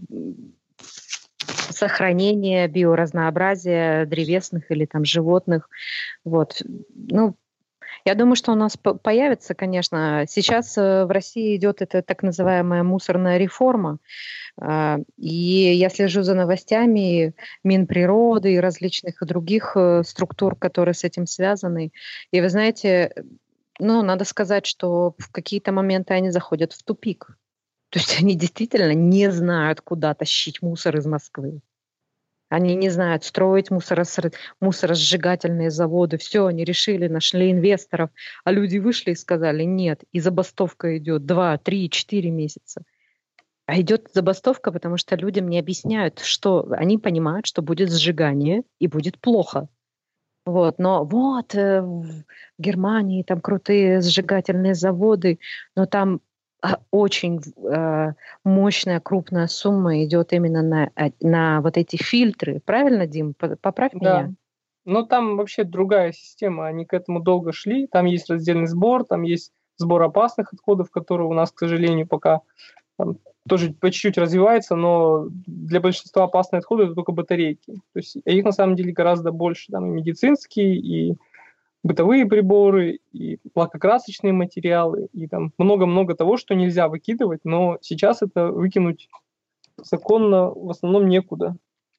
сохранения биоразнообразия древесных или там животных. Вот. Ну, я думаю, что у нас появится, конечно, сейчас в России идет эта так называемая мусорная реформа. И я слежу за новостями Минприроды и различных других структур, которые с этим связаны. И вы знаете, ну, надо сказать, что в какие-то моменты они заходят в тупик. То есть они действительно не знают, куда тащить мусор из Москвы. Они не знают, строить мусорос... мусоросжигательные заводы. Все, они решили, нашли инвесторов. А люди вышли и сказали, нет, и забастовка идет два, три, четыре месяца. А идет забастовка, потому что людям не объясняют, что они понимают, что будет сжигание и будет плохо. Вот, но вот э, в Германии там крутые сжигательные заводы, но там очень э, мощная, крупная сумма идет именно на, на вот эти фильтры. Правильно, Дим? Поправь да. меня. Ну, там вообще другая система. Они к этому долго шли. Там есть раздельный сбор, там есть сбор опасных отходов, которые у нас, к сожалению, пока там, тоже по чуть-чуть развивается, но для большинства опасные отходы это только батарейки. То есть их на самом деле гораздо больше. Там и медицинские, и бытовые приборы, и лакокрасочные материалы, и там много-много того, что нельзя выкидывать, но сейчас это выкинуть законно в основном некуда.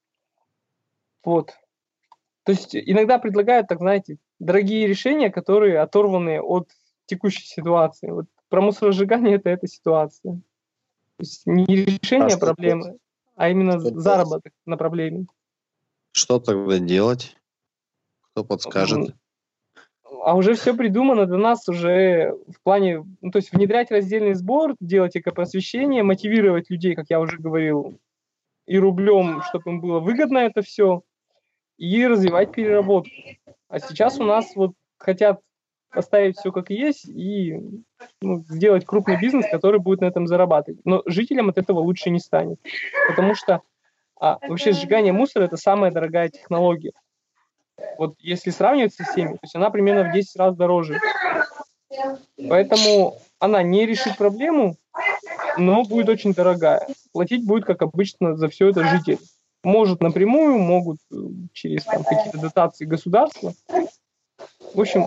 Вот. То есть иногда предлагают, так знаете, дорогие решения, которые оторваны от текущей ситуации. Вот про мусоросжигание это эта ситуация. То есть не решение а проблемы, а именно что заработок делать? На проблеме. Что тогда делать? Кто подскажет? А уже все придумано для нас уже в плане, ну, то есть внедрять раздельный сбор, делать экопросвещение, мотивировать людей, как я уже говорил, и рублем, чтобы им было выгодно это все, и развивать переработку. А сейчас у нас вот хотят оставить все как есть и ну, сделать крупный бизнес, который будет на этом зарабатывать. Но жителям от этого лучше не станет, потому что а, вообще сжигание мусора – это самая дорогая технология. Вот если сравнивать со всеми, то есть она примерно в десять раз дороже. Поэтому она не решит проблему, но будет очень дорогая. Платить будет, как обычно, за все это жители. Может напрямую, могут через там, какие-то дотации государства. В общем,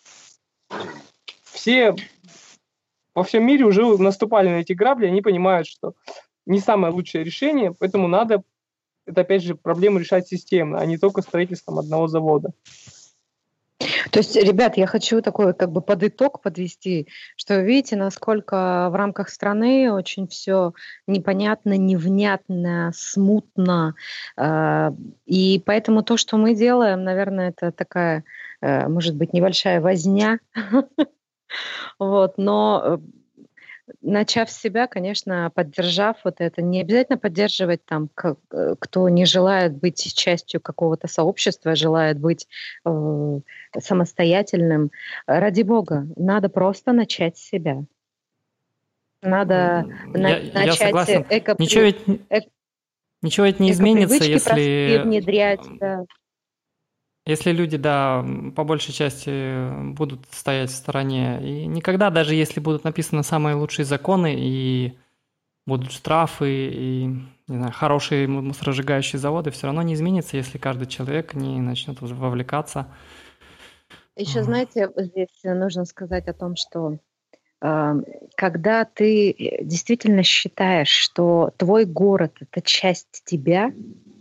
все во всем мире уже наступали на эти грабли, они понимают, что не самое лучшее решение, поэтому надо это, опять же, проблему решать системно, а не только строительством одного завода. То есть, ребят, я хочу такой как бы под итог подвести, что вы видите, насколько в рамках страны очень все непонятно, невнятно, смутно. И поэтому то, что мы делаем, наверное, это такая, может быть, небольшая возня. Вот, но начав с себя, конечно, поддержав вот это, не обязательно поддерживать там, кто не желает быть частью какого-то сообщества, желает быть э, самостоятельным. Ради бога, надо просто начать с себя. Надо я, на, я начать согласен. эко... Ничего ведь, эко... ничего ведь не изменится, если... внедрять, да. Если люди, да, по большей части будут стоять в стороне, и никогда, даже если будут написаны самые лучшие законы, и будут штрафы, и, не знаю, хорошие мусоросжигающие заводы, все равно не изменится, если каждый человек не начнет вовлекаться. Еще, знаете, здесь нужно сказать о том, что э, когда ты действительно считаешь, что твой город – это часть тебя,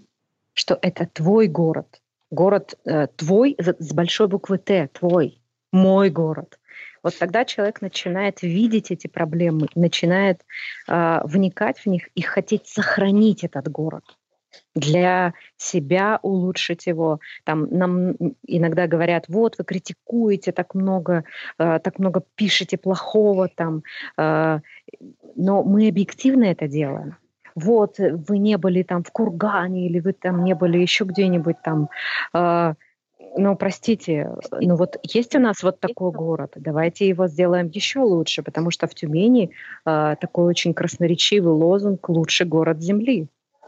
что это твой город. Город э, твой с большой буквы Т, твой, мой город. Вот тогда человек начинает видеть эти проблемы, начинает э, вникать в них и хотеть сохранить этот город. Для себя улучшить его. Там нам иногда говорят, вот вы критикуете так много, э, так много пишете плохого, там, э, но мы объективно это делаем. Вот вы не были там в Кургане или вы там не были еще где-нибудь там. Э, ну, простите, ну вот есть у нас вот такой город, давайте его сделаем еще лучше, потому что в Тюмени э, такой очень красноречивый лозунг «Лучший город Земли».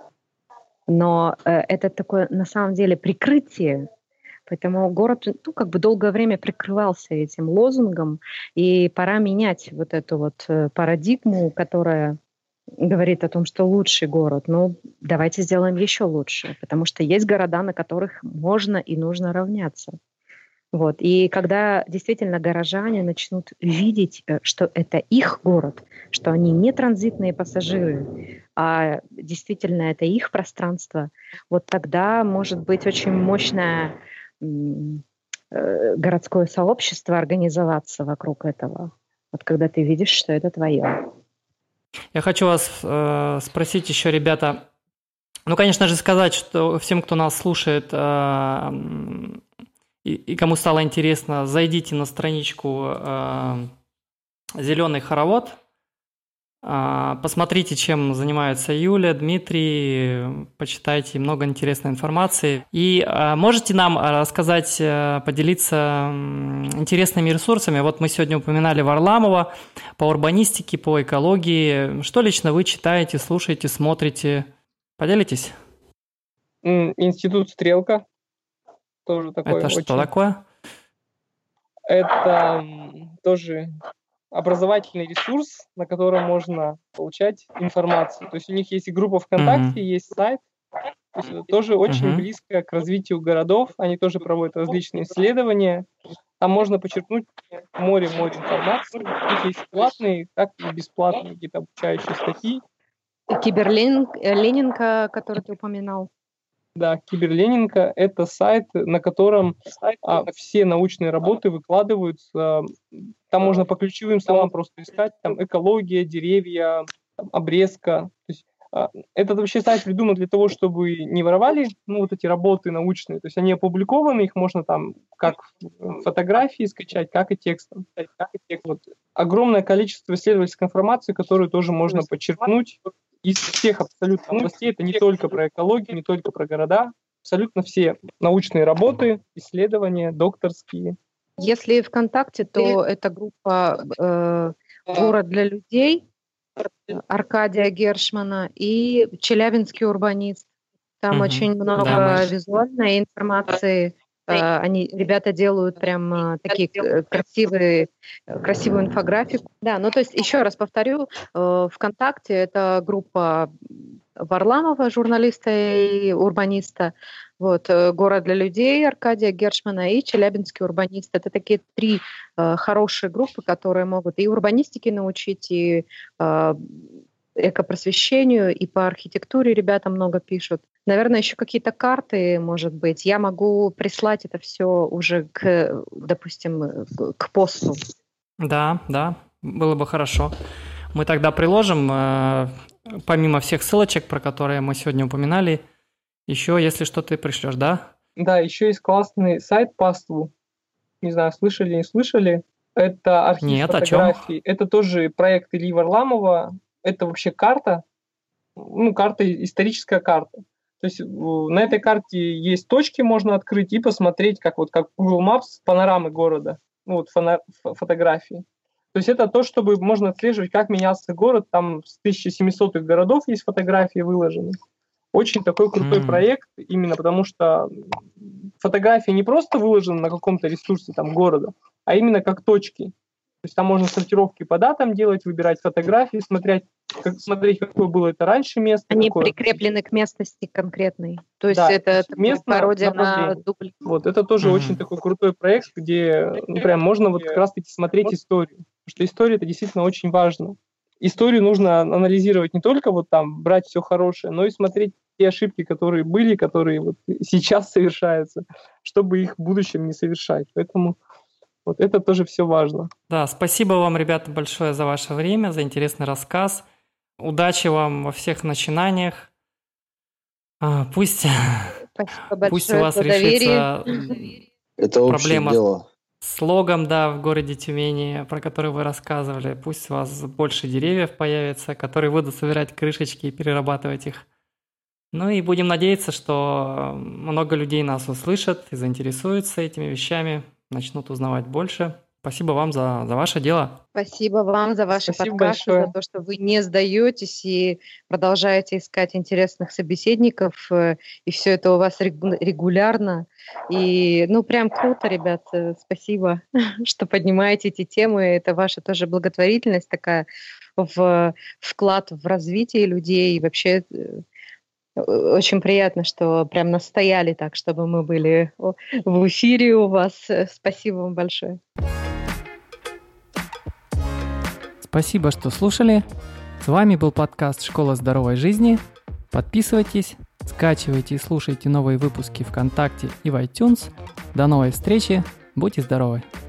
Но э, это такое, на самом деле, прикрытие, поэтому город, ну, как бы долгое время прикрывался этим лозунгом, и пора менять вот эту вот э, парадигму, которая говорит о том, что лучший город. Ну, давайте сделаем еще лучше, потому что есть города, на которых можно и нужно равняться. Вот. И когда действительно горожане начнут видеть, что это их город, что они не транзитные пассажиры, а действительно это их пространство, вот тогда может быть очень мощное м, э, городское сообщество организоваться вокруг этого. Вот когда ты видишь, что это твое. Я хочу вас э, спросить еще, ребята, ну, конечно же, сказать, что всем, кто нас слушает, э, и, и кому стало интересно, зайдите на страничку э, «Зеленый хоровод», э, посмотрите, чем занимаются Юля, Дмитрий, почитайте, много интересной информации. И э, можете нам рассказать, э, поделиться э, интересными ресурсами. Вот мы сегодня упоминали Варламова по урбанистике, по экологии. Что лично вы читаете, слушаете, смотрите? Поделитесь? Институт «Стрелка». Тоже такой. Это очень... что такое? Это тоже образовательный ресурс, на котором можно получать информацию. То есть у них есть и группа ВКонтакте, mm-hmm. есть сайт. То есть это тоже очень mm-hmm. близко к развитию городов. Они тоже проводят различные исследования. Там можно почерпнуть море-море информации. У них есть платные, так и бесплатные какие-то обучающие статьи. Киберленинка, который ты упоминал. Да, Киберленинка – это сайт, на котором а, все научные работы выкладываются. Там можно по ключевым словам просто искать, там экология, деревья, там, обрезка. То есть, а, этот вообще сайт придуман для того, чтобы не воровали, ну, вот эти работы научные. То есть они опубликованы, их можно там как фотографии скачать, как и текстом. Как и текст. Вот. Огромное количество исследовательской информации, которую тоже можно подчеркнуть из всех абсолютно областей. Это не только про экологию, не только про города. Абсолютно все научные работы, исследования, докторские. Если ВКонтакте, то это группа э, «Город для людей» Аркадия Гершмана и «Челябинский урбанист». Там mm-hmm. очень много да, визуальной информации. Э, они, ребята делают прям э, такие красивые, красивую инфографику. Да, ну то есть еще раз повторю, э, ВКонтакте это группа Варламова, журналиста и урбаниста, вот, «Город для людей» Аркадия Гершмана и «Челябинский урбанист». Это такие три э, хорошие группы, которые могут и урбанистике научить, и э, экопросвещению, и по архитектуре ребята много пишут. Наверное, еще какие-то карты, может быть. Я могу прислать это все уже к, допустим, к посту. Да, да, было бы хорошо. Мы тогда приложим, э, помимо всех ссылочек, про которые мы сегодня упоминали, еще, если что, ты пришлешь, да? Да, еще есть классный сайт Паству. Не знаю, слышали, не слышали. Это архив Нет, фотографий. Это тоже проект Ильи Варламова. Это вообще карта, ну, карта, историческая карта. То есть на этой карте есть точки, можно открыть и посмотреть, как вот как Google Maps, панорамы города, ну, вот фона, фотографии. То есть это то, чтобы можно отслеживать, как менялся город. Там с тысяча семисотых годов есть фотографии выложены. Очень такой крутой mm. проект, именно потому что фотографии не просто выложены на каком-то ресурсе там города, а именно как точки. То есть там можно сортировки по датам делать, выбирать фотографии, смотреть, как, смотреть, какое было это раньше место. Они какое... прикреплены к местности конкретной. То есть да, это пародия на дубль. Вот, это тоже mm-hmm. очень такой крутой проект, где ну, прям можно вот как раз-таки смотреть историю. Потому что история – это действительно очень важно. Историю нужно анализировать не только вот там брать все хорошее, но и смотреть те ошибки, которые были, которые вот сейчас совершаются, чтобы их в будущем не совершать. Поэтому вот это тоже все важно. Да, спасибо вам, ребята, большое за ваше время, за интересный рассказ. Удачи вам во всех начинаниях. А, пусть, пусть у вас решится это проблема дело. с логом, да, в городе Тюмени, про который вы рассказывали. Пусть у вас больше деревьев появится, которые будут собирать крышечки и перерабатывать их. Ну и будем надеяться, что много людей нас услышат и заинтересуются этими вещами, начнут узнавать больше. Спасибо вам за, за ваше дело. Спасибо вам за ваши Спасибо подкасты, большое. за то, что вы не сдаетесь и продолжаете искать интересных собеседников. И все это у вас регулярно. И, ну, прям круто, ребят. Спасибо, что поднимаете эти темы. Это ваша тоже благотворительность такая, в вклад в развитие людей. И вообще очень приятно, что прям настояли так, чтобы мы были в эфире у вас. Спасибо вам большое. Спасибо, что слушали. С вами был подкаст «Школа здоровой жизни». Подписывайтесь, скачивайте и слушайте новые выпуски ВКонтакте и в iTunes. До новой встречи. Будьте здоровы!